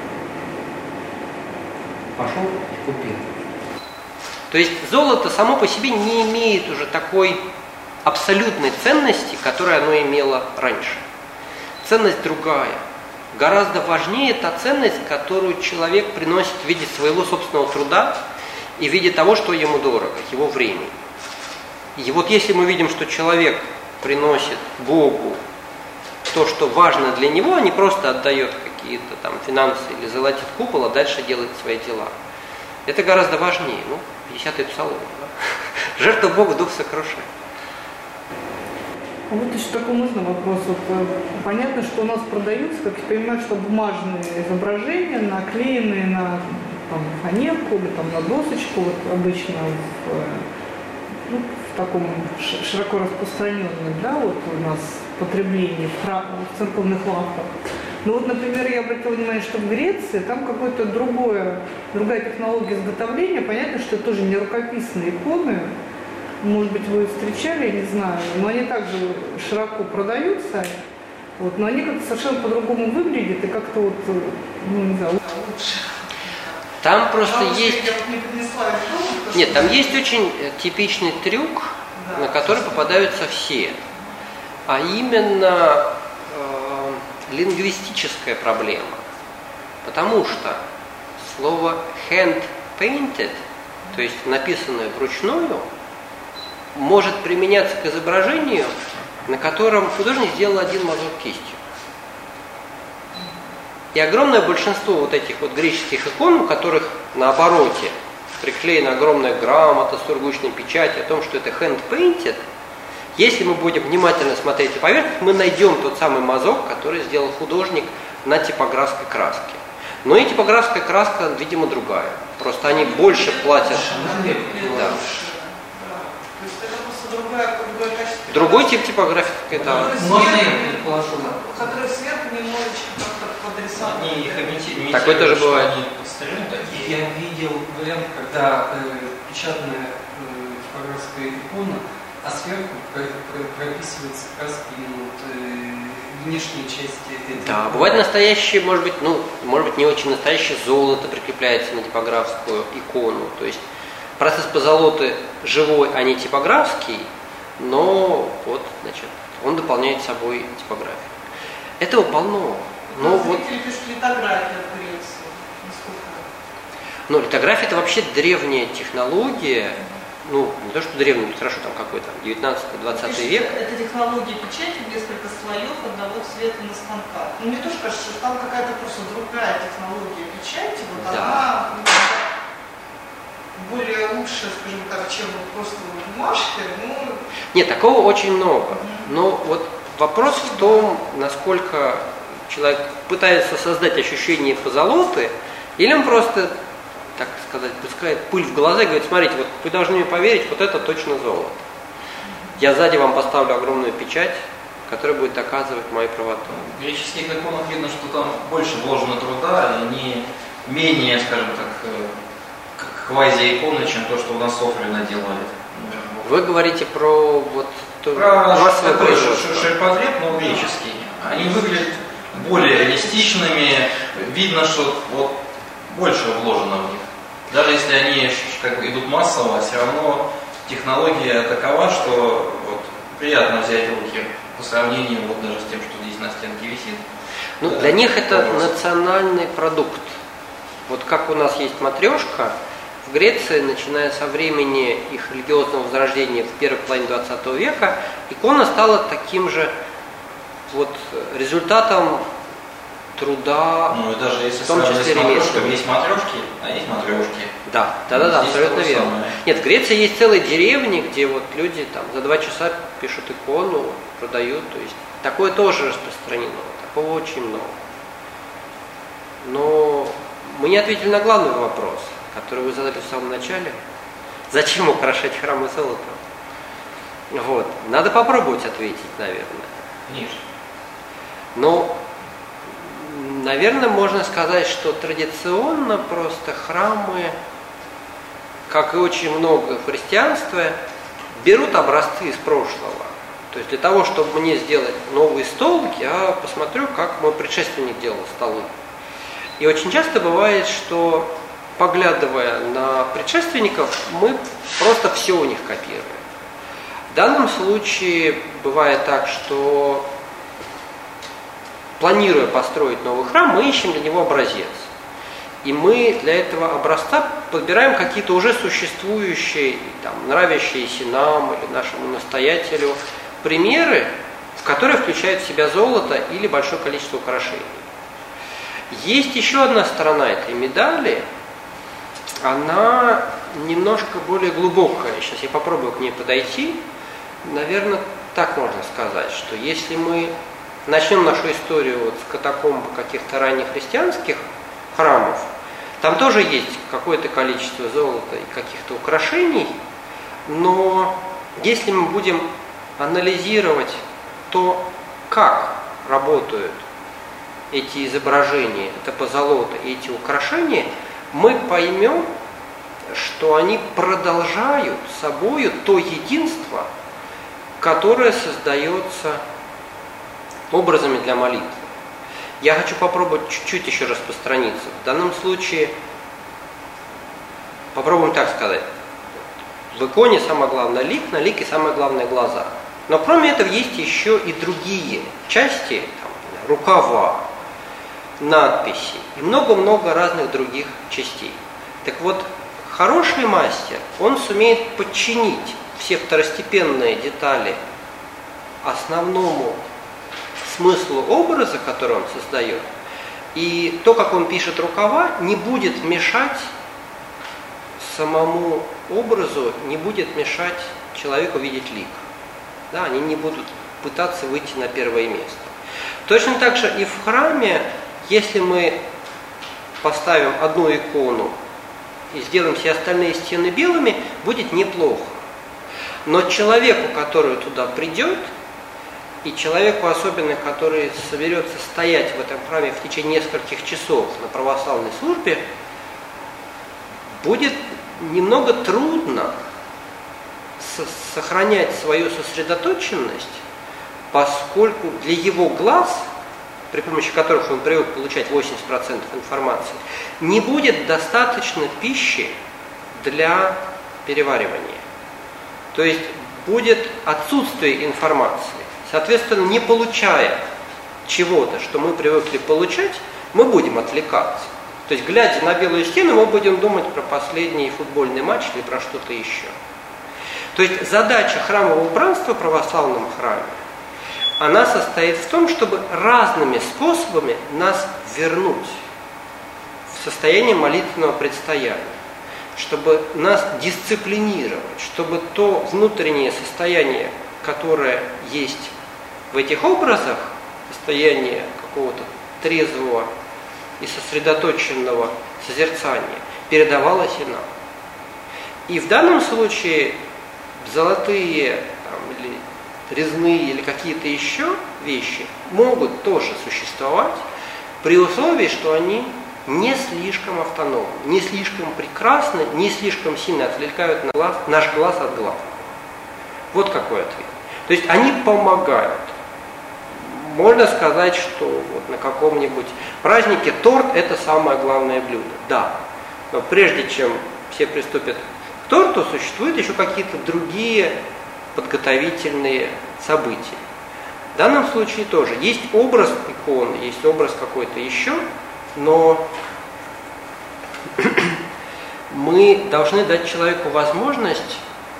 Пошел, купил. То есть золото само по себе не имеет уже такой абсолютной ценности, которую оно имело раньше. Ценность другая. Гораздо важнее та ценность, которую человек приносит в виде своего собственного труда и в виде того, что ему дорого, его времени. И вот если мы видим, что человек приносит Богу то, что важно для него, а не просто отдает какие-то там финансы или золотит купол, а дальше делает свои дела. Это гораздо важнее. 50-й псалом. Да? Жертва Богу дух сокрушает. А вот еще такой можно вопрос. Понятно, что у нас продаются, как я понимаю, что бумажные изображения, наклеенные на фанерку или на досочку, вот обычно в таком широко распространенном, да, вот у нас потреблении в церковных лавках. Но вот, например, я обратила внимание, что в Греции там какая-то другая технология изготовления. Понятно, что это тоже не рукописные иконы. Может быть, вы встречали, я не знаю, но они также широко продаются, но они как-то совершенно по-другому выглядят и как-то не знаю. Там просто есть... Нет, там есть очень типичный трюк, на который попадаются все. А именно лингвистическая проблема. Потому что слово hand-painted, то есть написанное вручную, может применяться к изображению, на котором художник сделал один мазок кистью. И огромное большинство вот этих вот греческих икон, у которых на обороте приклеена огромная грамота с сургучной печатью о том, что это hand-painted, если мы будем внимательно смотреть на поверхность, мы найдем тот самый мазок, который сделал художник на типографской краске. Но и типографская краска, видимо, другая. Просто они больше платят. Да. Другой тип типографии. Это... Который сверху немножечко подрисован. Такой тоже бывает. Я видел вариант, когда печатная типографская икона, а сверху прописывается краска внешней части. Да, бывает настоящее, может быть, не очень настоящее золото прикрепляется на типографскую икону. То есть процесс позолоты живой, а не типографский, но он дополняет собой типографию. Этого полно. Пишут литография в Греции. Литография это вообще древняя технология. Не то, что древний, хорошо, там какой-то 19-20 век. Это технология печати, несколько слоев одного цвета на станках. Мне тоже кажется, что там какая-то просто другая технология печати, она более лучшая, скажем так, чем просто бумажка. Нет, такого очень много. Но вопрос в том, насколько человек пытается создать ощущение позолоты, или он просто, так сказать, пускает пыль в глаза и говорит: смотрите, вы должны мне поверить, это точно золото. Я сзади вам поставлю огромную печать, которая будет доказывать мою правоту. В греческих иконах видно, что там больше вложено труда, и они менее, скажем так, квази-иконы, чем то, что у нас Софрина делали. Вы говорите про массовое производство. Ширпотреб, но греческий. Они выглядят более реалистичными, видно, что больше вложено в них. Даже если они идут массово, все равно технология такова, что приятно взять в руки по сравнению даже с тем, что здесь на стенке висит. Для них это национальный продукт. Как у нас есть матрешка, в Греции, начиная со времени их религиозного возрождения в первой половине 20 века, икона стала таким же результатом труда, и даже если в том числе ремесленников. Есть матрешки, а есть матрешки. Да, абсолютно верно. Нет, в Греции есть целые деревни, где люди за 2 часа пишут икону, продают. То есть такое тоже распространено, такого очень много. Но мы не ответили на главный вопрос, который вы задали в самом начале. Зачем украшать храмы золотом? Надо попробовать ответить, наверное. Конечно. Наверное, можно сказать, что традиционно просто храмы, как и очень много в христианстве, берут образцы из прошлого. То есть для того, чтобы мне сделать новый стол, я посмотрю, как мой предшественник делал столы. И очень часто бывает, что, поглядывая на предшественников, мы просто все у них копируем. В данном случае бывает так, что, планируя построить новый храм, мы ищем для него образец. И мы для этого образца подбираем какие-то уже существующие, нравящиеся нам или нашему настоятелю примеры, в которые включают в себя золото или большое количество украшений. Есть еще одна сторона этой медали, она немножко более глубокая. Сейчас я попробую к ней подойти. Наверное, так можно сказать, что если мы начнем нашу историю вот с катакомб каких-то ранних христианских храмов, там тоже есть какое-то количество золота и каких-то украшений, но если мы будем анализировать то, как работают эти изображения, это позолота и эти украшения, мы поймем, что они продолжают собою то единство, которое создается образами для молитвы. Я хочу попробовать чуть-чуть еще распространиться. В данном случае попробуем так сказать. В иконе самое главное лик, на лике самое главное глаза. Но кроме этого есть еще и другие части, там, рукава, надписи и много-много разных других частей. Так вот, хороший мастер, он сумеет подчинить все второстепенные детали основному смыслу образа, который он создает, и то, как он пишет рукава, не будет мешать самому образу, не будет мешать человеку видеть лик. Да, они не будут пытаться выйти на первое место. Точно так же и в храме, если мы поставим одну икону и сделаем все остальные стены белыми, будет неплохо. Но человеку, который туда придет, и человеку особенно, который соберется стоять в этом храме в течение нескольких часов на православной службе, будет немного трудно сохранять свою сосредоточенность, поскольку для его глаз, при помощи которых он привык получать 80% информации, не будет достаточно пищи для переваривания. То есть будет отсутствие информации. Соответственно, не получая чего-то, что мы привыкли получать, мы будем отвлекаться. То есть, глядя на белую стену, мы будем думать про последний футбольный матч или про что-то еще. То есть задача храмового убранства в православном храме, она состоит в том, чтобы разными способами нас вернуть в состояние молитвенного предстояния, чтобы нас дисциплинировать, чтобы то внутреннее состояние, которое есть в этих образах, состояние какого-то трезвого и сосредоточенного созерцания, передавалось и нам. И в данном случае золотые там, или резные или какие-то еще вещи могут тоже существовать при условии, что они не слишком автономны, не слишком прекрасны, не слишком сильно отвлекают наш глаз от главного. Вот какой ответ. То есть они помогают. Можно сказать, что вот на каком-нибудь празднике торт – это самое главное блюдо. Да, но прежде чем все приступят к торту, существуют еще какие-то другие подготовительные события. В данном случае тоже есть образ иконы, есть образ какой-то еще, но мы должны дать человеку возможность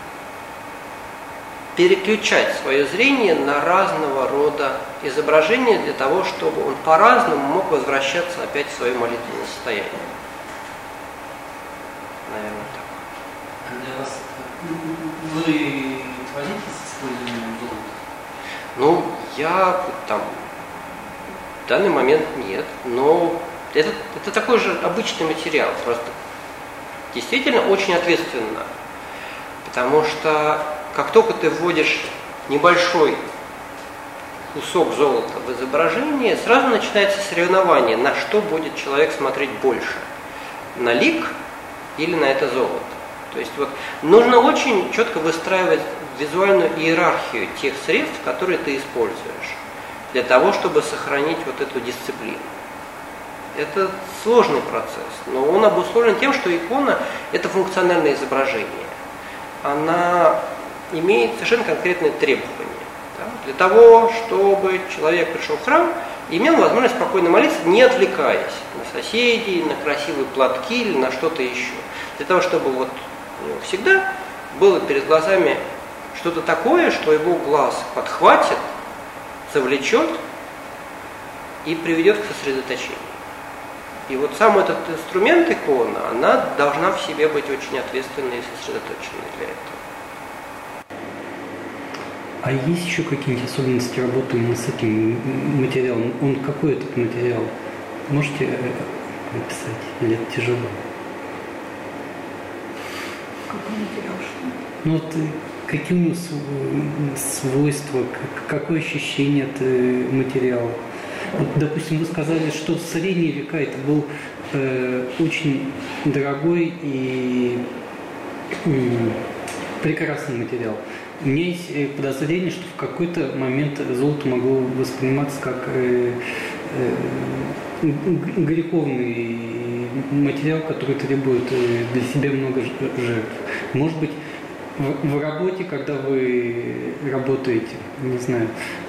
переключать свое зрение на разного рода изображения для того, чтобы он по-разному мог возвращаться опять в свое молитвенное состояние. Наверное, так. А для вас вы творите с использованием золота? Ну, я там в данный момент нет, но это такой же обычный материал, просто действительно очень ответственно, потому что как только ты вводишь небольшой кусок золота в изображение, сразу начинается соревнование, на что будет человек смотреть больше, на лик или на это золото. То есть вот нужно очень четко выстраивать визуальную иерархию тех средств, которые ты используешь, для того, чтобы сохранить вот эту дисциплину. Это сложный процесс, но он обусловлен тем, что икона – это функциональное изображение. Она имеет совершенно конкретные требования. Да? Для того, чтобы человек пришел в храм и имел возможность спокойно молиться, не отвлекаясь на соседей, на красивые платки или на что-то еще. Для того, чтобы вот у него всегда было перед глазами что-то такое, что его глаз подхватит, завлечет и приведет к сосредоточению. И вот сам этот инструмент икона, она должна в себе быть очень ответственной и сосредоточенной для этого. А есть еще какие-нибудь особенности работы именно с этим материалом? Он какой этот материал? Можете описать? Или это тяжело? Какой материал? Что? Ну вот какие у него свойства, какое ощущение от материала? Вот, допустим, вы сказали, что в средние века это был очень дорогой и прекрасный материал. У меня есть подозрение, что в какой-то момент золото могло восприниматься как греховный материал, который требует для себя много жертв. Может быть, в работе, когда вы работаете, не знаю,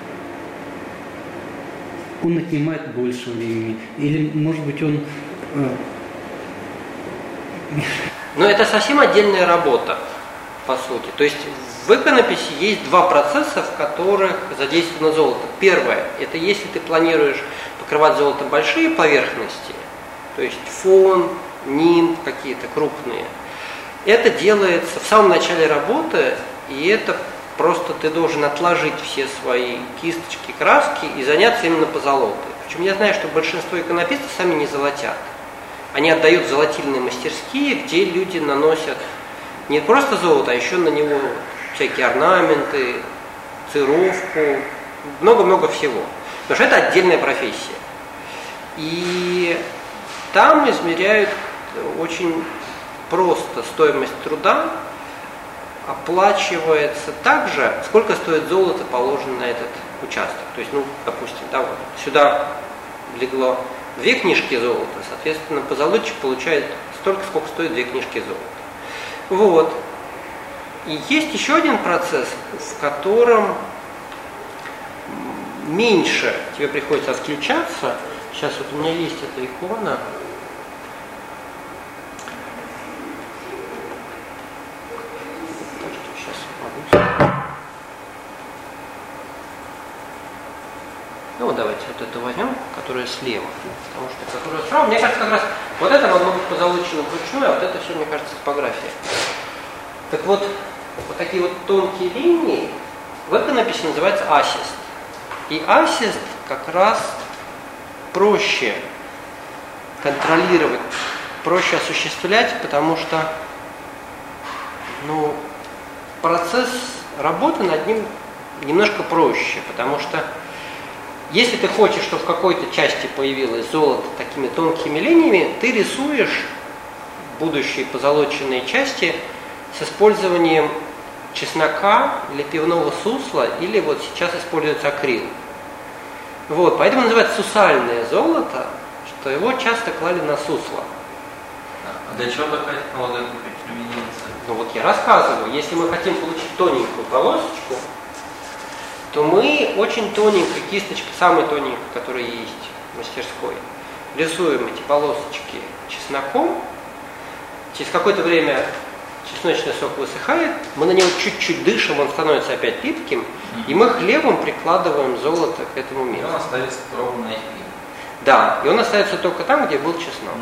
он отнимает больше времени, или, может быть, он... Но это совсем отдельная работа, по сути. То есть в иконописи есть два процесса, в которых задействовано золото. Первое, это если ты планируешь покрывать золотом большие поверхности, то есть фон, нимб какие-то крупные, это делается в самом начале работы, и это просто ты должен отложить все свои кисточки, краски и заняться именно позолотой. Причем я знаю, что большинство иконописцев сами не золотят. Они отдают золотильные мастерские, где люди наносят не просто золото, а еще на него всякие орнаменты, цировку, много-много всего. Потому что это отдельная профессия. И там измеряют очень просто стоимость труда, оплачивается так же, сколько стоит золото, положенное на этот участок. То есть, допустим, да, вот сюда легло 2 книжки золота, соответственно, позолотчик получает столько, сколько стоит 2 книжки золота. Вот. И есть еще один процесс, в котором меньше тебе приходится отключаться. Сейчас вот у меня есть эта икона. Ну, давайте вот эту возьмем, которая слева. Потому что которая справа, мне кажется, как раз вот это могло быть позолочено вручную, а вот это все, мне кажется, типография. Так вот, вот такие вот тонкие линии в иконописи называется ассист. И ассист как раз проще контролировать, проще осуществлять, потому что процесс работы над ним немножко проще, потому что если ты хочешь, чтобы в какой-то части появилось золото такими тонкими линиями, ты рисуешь будущие позолоченные части с использованием чеснока или пивного сусла, или вот сейчас используется акрил. Вот, поэтому называется сусальное золото, что его часто клали на сусло. А для чего такая технология применяется? Ну вот я рассказываю, если мы хотим получить тоненькую полосочку, то мы очень тоненькой кисточкой, самой тоненькой, которая есть в мастерской, рисуем эти полосочки чесноком. Через какое-то время чесночный сок высыхает, мы на него чуть-чуть дышим, он становится опять липким, и мы хлебом прикладываем золото к этому месту. И он остается ровно и да, и он остается только там, где был чеснок.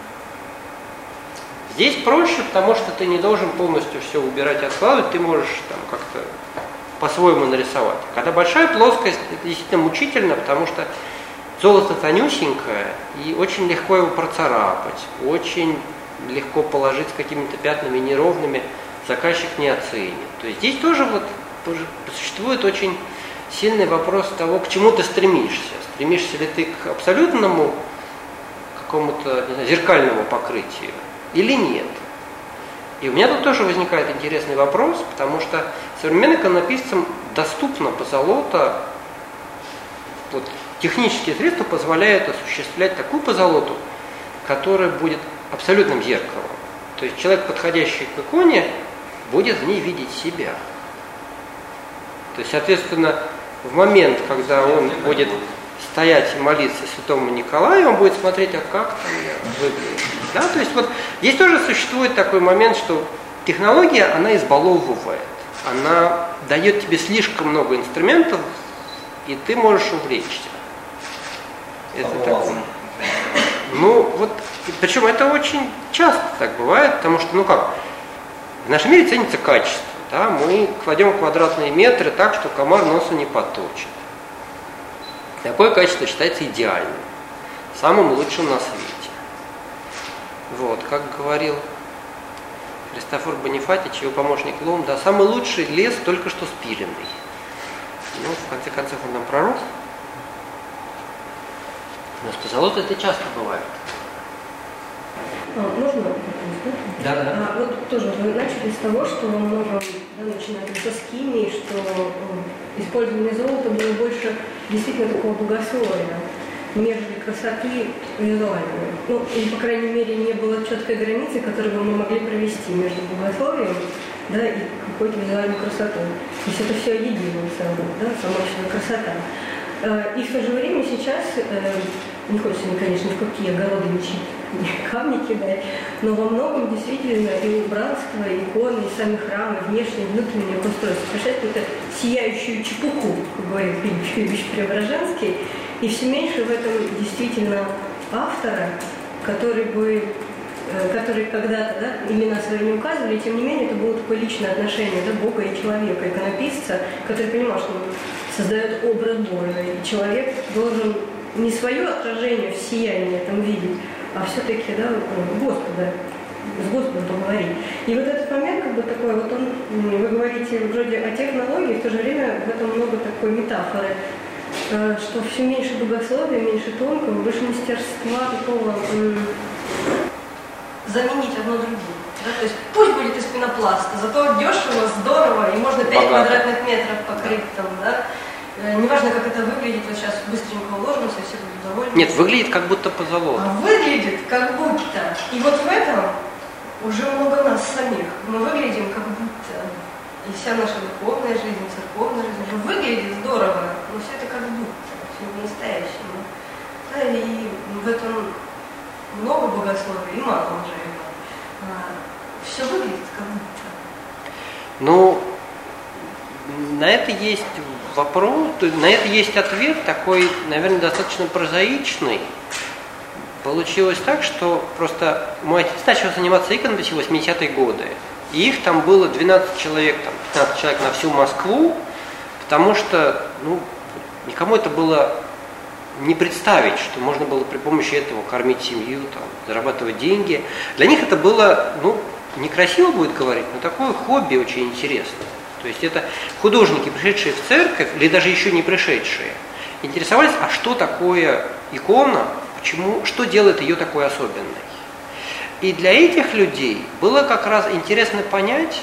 Здесь проще, потому что ты не должен полностью все убирать и откладывать, ты можешь там как-то по-своему нарисовать. Когда большая плоскость, это действительно мучительно, потому что золото тонюсенькое, и очень легко его процарапать, очень легко положить с какими-то пятнами неровными, заказчик не оценит. То есть здесь тоже существует очень сильный вопрос того, к чему ты стремишься. Стремишься ли ты к абсолютному какому-то, не знаю, зеркальному покрытию или нет? И у меня тут тоже возникает интересный вопрос, потому что современным иконописцам доступно позолота, вот, технические средства позволяют осуществлять такую позолоту, которая будет абсолютным зеркалом. То есть человек, подходящий к иконе, будет в ней видеть себя. То есть, соответственно, в момент, когда он будет стоять и молиться святому Николаю, он будет смотреть, а как там я выгляжу. Да? То есть вот здесь тоже существует такой момент, что технология, она избаловывает. она дает тебе слишком много инструментов, и ты можешь увлечься. Это такое. Ну, вот, причем это очень часто так бывает, потому что, в нашем мире ценится качество. Да? Мы кладем квадратные метры так, что комар носу не поточит. Такое качество считается идеальным, самым лучшим на свете. Вот, как говорил Христофор Бонифатич, его помощник Лом, да, самый лучший лес только что спиленный. Ну, в конце концов, он нам пророк. Но с позолотой это часто бывает. Можно вопрос? Да. Вот тоже вы начали с того, что во многом начинали со химии, что использование золота было больше действительно такого богословия, нежели красоты визуальной. Ну, или, по крайней мере, не было четкой границы, которую бы мы могли провести между богословием, да, и какой-то визуальной красотой. То есть это все едино, самая красота. И в то же время сейчас, не хочется, конечно, ни в какие огороды камни кидать, но во многом действительно и убранство, и иконы, и сами храмы, внешнее, внутреннее устройство совершает какую-то сияющую чепуху, как говорит Филипп Юрьевич Преображенский, и все меньше в этом действительно автора, которые когда-то имена свои не указывали, и тем не менее это было такое личное отношение Бога и человека, иконописца, который понимал, что он создает образ Божий, и человек должен не свое отражение в сиянии этом видеть, а все-таки Господа, с Господом поговорить. И вот этот момент такой, вот он, вы говорите вроде о технологии, в то же время в этом много такой метафоры, что все меньше богословия, меньше тонкого, больше мастерства такого заменить одно другим. Да? То есть пусть будет из пенопласта, зато дешево, здорово, и можно 5 квадратных метров покрыть там, да. Неважно, как это выглядит, вот сейчас быстренько уложимся, все будут довольны. Нет, выглядит как будто позолота. А выглядит как будто. И вот в этом уже много нас самих. Мы выглядим как будто. И вся наша духовная жизнь, церковная жизнь уже выглядит здорово, но все это как будто, все по-настоящему. Да, и в этом много богословия и мало уже его. Все выглядит как будто. Ну, на это есть вопрос, на это есть ответ такой, наверное, достаточно прозаичный. Получилось так, что просто мой отец начал заниматься иконописью в 80-е годы. И их там было 12 человек, 15 человек на всю Москву, потому что никому это было не представить, что можно было при помощи этого кормить семью, зарабатывать деньги. Для них это было, некрасиво будет говорить, но такое хобби очень интересное. То есть это художники, пришедшие в церковь, или даже еще не пришедшие, интересовались, а что такое икона, что делает ее такой особенной. И для этих людей было как раз интересно понять,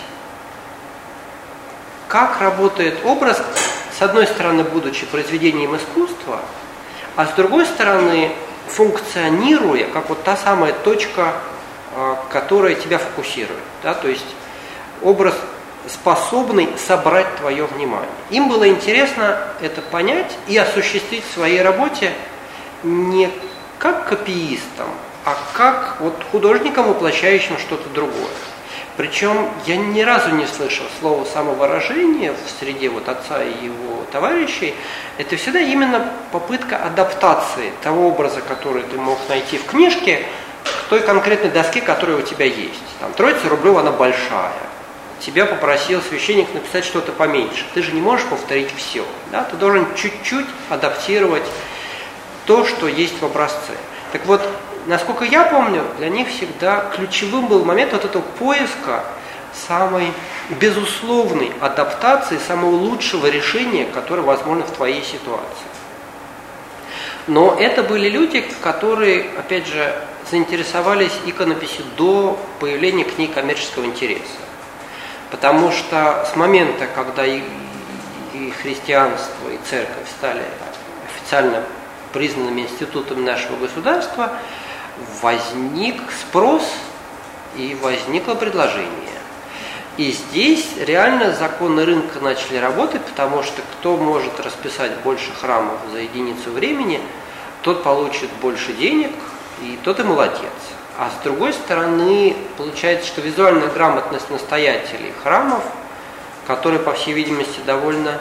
как работает образ, с одной стороны, будучи произведением искусства, а с другой стороны, функционируя, как вот та самая точка, которая тебя фокусирует. Да? То есть образ, способный собрать твое внимание. Им было интересно это понять и осуществить в своей работе не как копиистам, а как художникам, воплощающим что-то другое. Причем я ни разу не слышал слова самовыражение в среде отца и его товарищей. Это всегда именно попытка адаптации того образа, который ты мог найти в книжке, к той конкретной доске, которая у тебя есть. Троица рублев, она большая. Тебя попросил священник написать что-то поменьше. Ты же не можешь повторить все. Да? Ты должен чуть-чуть адаптировать то, что есть в образце. Так вот, насколько я помню, для них всегда ключевым был момент этого поиска самой безусловной адаптации, самого лучшего решения, которое возможно в твоей ситуации. Но это были люди, которые, опять же, заинтересовались иконописью до появления книг коммерческого интереса. Потому что с момента, когда и христианство, и церковь стали официально признанными институтами нашего государства, возник спрос и возникло предложение. И здесь реально законы рынка начали работать, потому что кто может расписать больше храмов за единицу времени, тот получит больше денег, и тот и молодец. А с другой стороны, получается, что визуальная грамотность настоятелей храмов которые, по всей видимости, довольно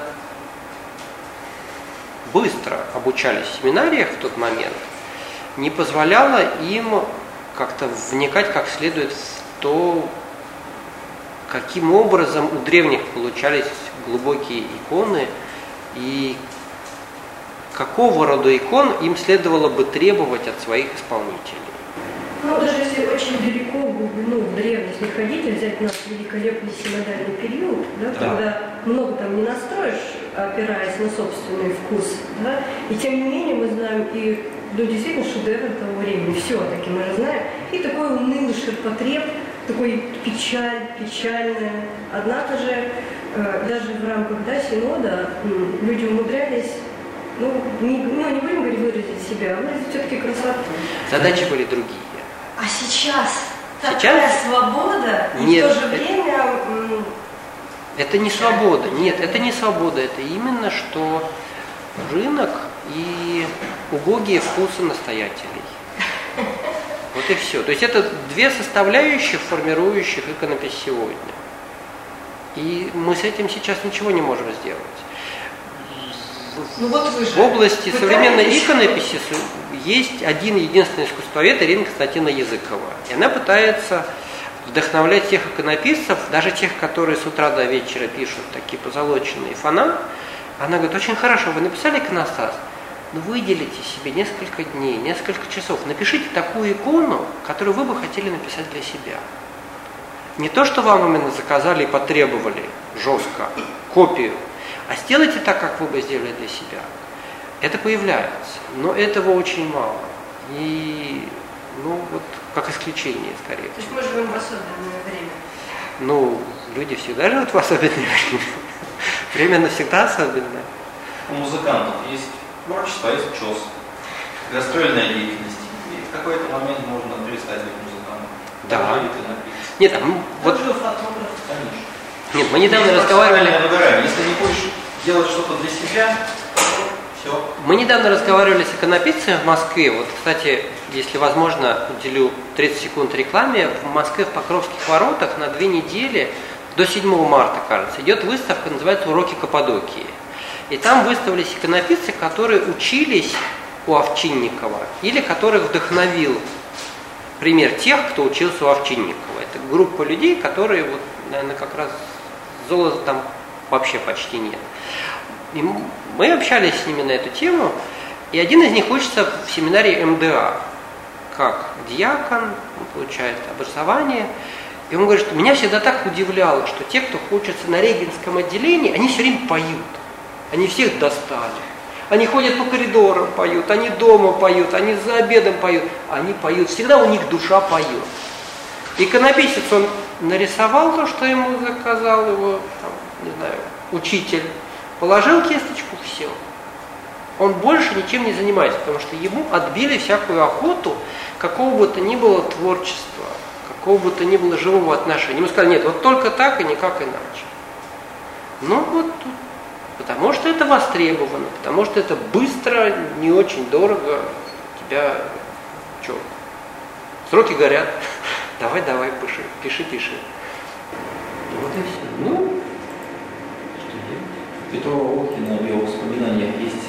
быстро обучались в семинариях в тот момент, не позволяло им как-то вникать как следует в то, каким образом у древних получались глубокие иконы и какого рода икон им следовало бы требовать от своих исполнителей. Ну, даже если очень далеко в глубину, в древность не ходить, взять наш великолепный синодальный период, да, когда много там не настроишь, опираясь на собственный вкус, да, и тем не менее мы знаем и действительно шедевры того времени, все-таки мы же знаем, и такой унылый ширпотреб, такой печальная. Однако же, даже в рамках синода люди умудрялись, не будем говорить выразить себя, а выразить все-таки красоту. Задачи были другие. А сейчас такая свобода, и нет, в то же время... Это не свобода. Нет, это не свобода. Это именно что рынок и убогие вкусы настоятелей. Вот и все. То есть это две составляющие, формирующих иконопись сегодня. И мы с этим сейчас ничего не можем сделать. В области современной иконописи есть один единственный искусствовед, Ирина Константиновна Языкова. И она пытается вдохновлять тех иконописцев, даже тех, которые с утра до вечера пишут такие позолоченные фона. Она говорит: очень хорошо, вы написали иконостас, но выделите себе несколько дней, несколько часов, напишите такую икону, которую вы бы хотели написать для себя. Не то, что вам именно заказали и потребовали жестко, копию, а сделайте так, как вы бы сделали для себя. Это появляется, но этого очень мало. И, вот как исключение, скорее. То есть мы живем в особенное время? Люди всегда живут в особенное время. Время навсегда особенное. У музыкантов есть творчество, есть ЧОС, гастрольная деятельность. И в какой-то момент можно перестать быть музыкантом. Да. Нет, фотограф. Конечно. Нет, мы недавно разговаривали... Если не хочешь делать что-то для себя, все. Мы недавно разговаривали с иконописцами в Москве. Вот, кстати, если возможно, уделю 30 секунд рекламе. В Москве в Покровских воротах на 2 недели, до 7 марта, кажется, идет выставка, называется «Уроки Каппадокии». И там выставились иконописцы, которые учились у Овчинникова или которых вдохновил пример тех, кто учился у Овчинникова. Это группа людей, которые, наверное, как раз золота там вообще почти нет. И мы общались с ними на эту тему, и один из них учится в семинарии МДА, как диакон, он получает образование. И он говорит, что меня всегда так удивляло, что те, кто учатся на Регенском отделении, они все время поют. Они всех достали. Они ходят по коридорам, поют, они дома поют, они за обедом поют. Они поют, всегда у них душа поет. Иконописец, он нарисовал то, что ему заказал его, учитель, положил кисточку, все. Он больше ничем не занимается, потому что ему отбили всякую охоту какого бы то ни было творчества, какого бы то ни было живого отношения. Ему сказали, нет, вот только так и никак иначе. Потому что это востребовано, потому что это быстро, не очень дорого, тебя, сроки горят, давай, пиши. Вот и все. Петрова Водкина в его воспоминаниях есть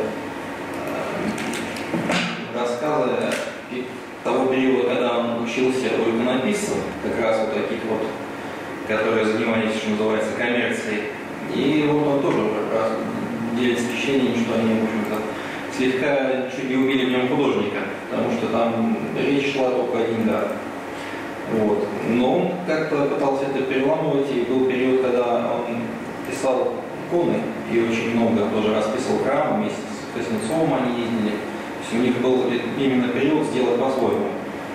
рассказы того периода, когда он учился у иконописцев, как раз вот таких вот, которые занимались, что называется, коммерцией. И вот он тоже делится впечатлением, что они, в общем-то, слегка чуть не убили в нем художника, потому что там речь шла только о деньгах. Но он как-то пытался это переламывать, и был период, когда он писал иконы, и очень много тоже расписывал храмы, вместе с Кузнецовым они ездили. То есть у них был именно период сделать по-своему.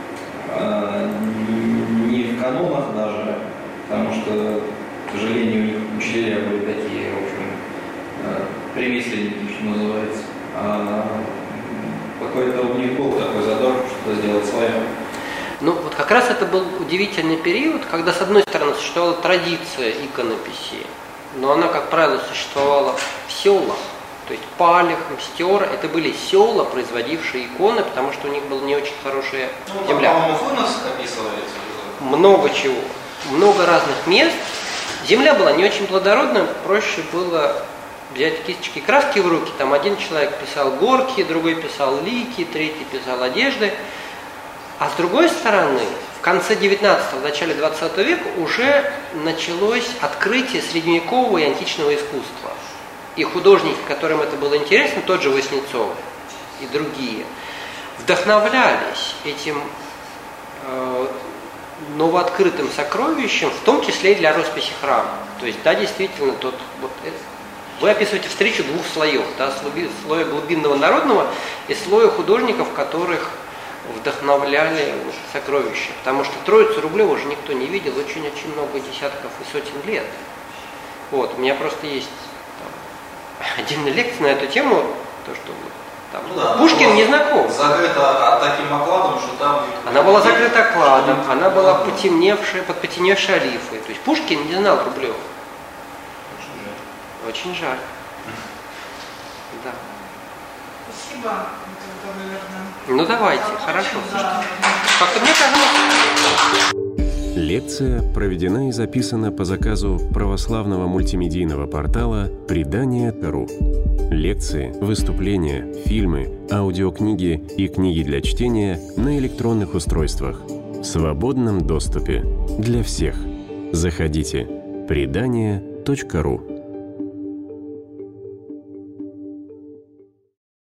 Не в канонах даже, потому что, к сожалению, у них учителя были такие, в общем, ремесленники, что называется. Какой-то у них был такой задор, что-то сделать свое. Как раз это был удивительный период, когда, с одной стороны, существовала традиция иконописи, но она, как правило, существовала в селах. То есть Палих, Мстер, это были села, производившие иконы, потому что у них была не очень хорошая земля. По-моему, Фоновск описывается. Много чего. Много разных мест. Земля была не очень плодородная, проще было взять кисточки и краски в руки. Там один человек писал горки, другой писал лики, третий писал одежды. А с другой стороны, в конце 19-го, начале 20 века уже началось открытие средневекового и античного искусства. И художники, которым это было интересно, тот же Васнецов и другие, вдохновлялись этим новооткрытым сокровищем, в том числе и для росписи храма. То есть, да, действительно, вы описываете встречу двух слоев, да, слоя глубинного народного и слоя художников, которых вдохновляли сокровища. Потому что Троицу Рублеву уже никто не видел очень-очень много десятков и сотен лет. Вот, у меня просто есть отдельная лекция на эту тему, то, что там, Пушкин не знаком. Закрыта таким окладом, что там... Она была закрыта окладом, она была потемневшая, под потемневшей олифой. То есть Пушкин не знал Рублева. Очень жаль. Да. Спасибо. Ну давайте, хорошо. Как-то мне кажется... Лекция проведена и записана по заказу православного мультимедийного портала «Предания.ру». Лекции, выступления, фильмы, аудиокниги и книги для чтения на электронных устройствах в свободном доступе для всех. Заходите. Предания.ру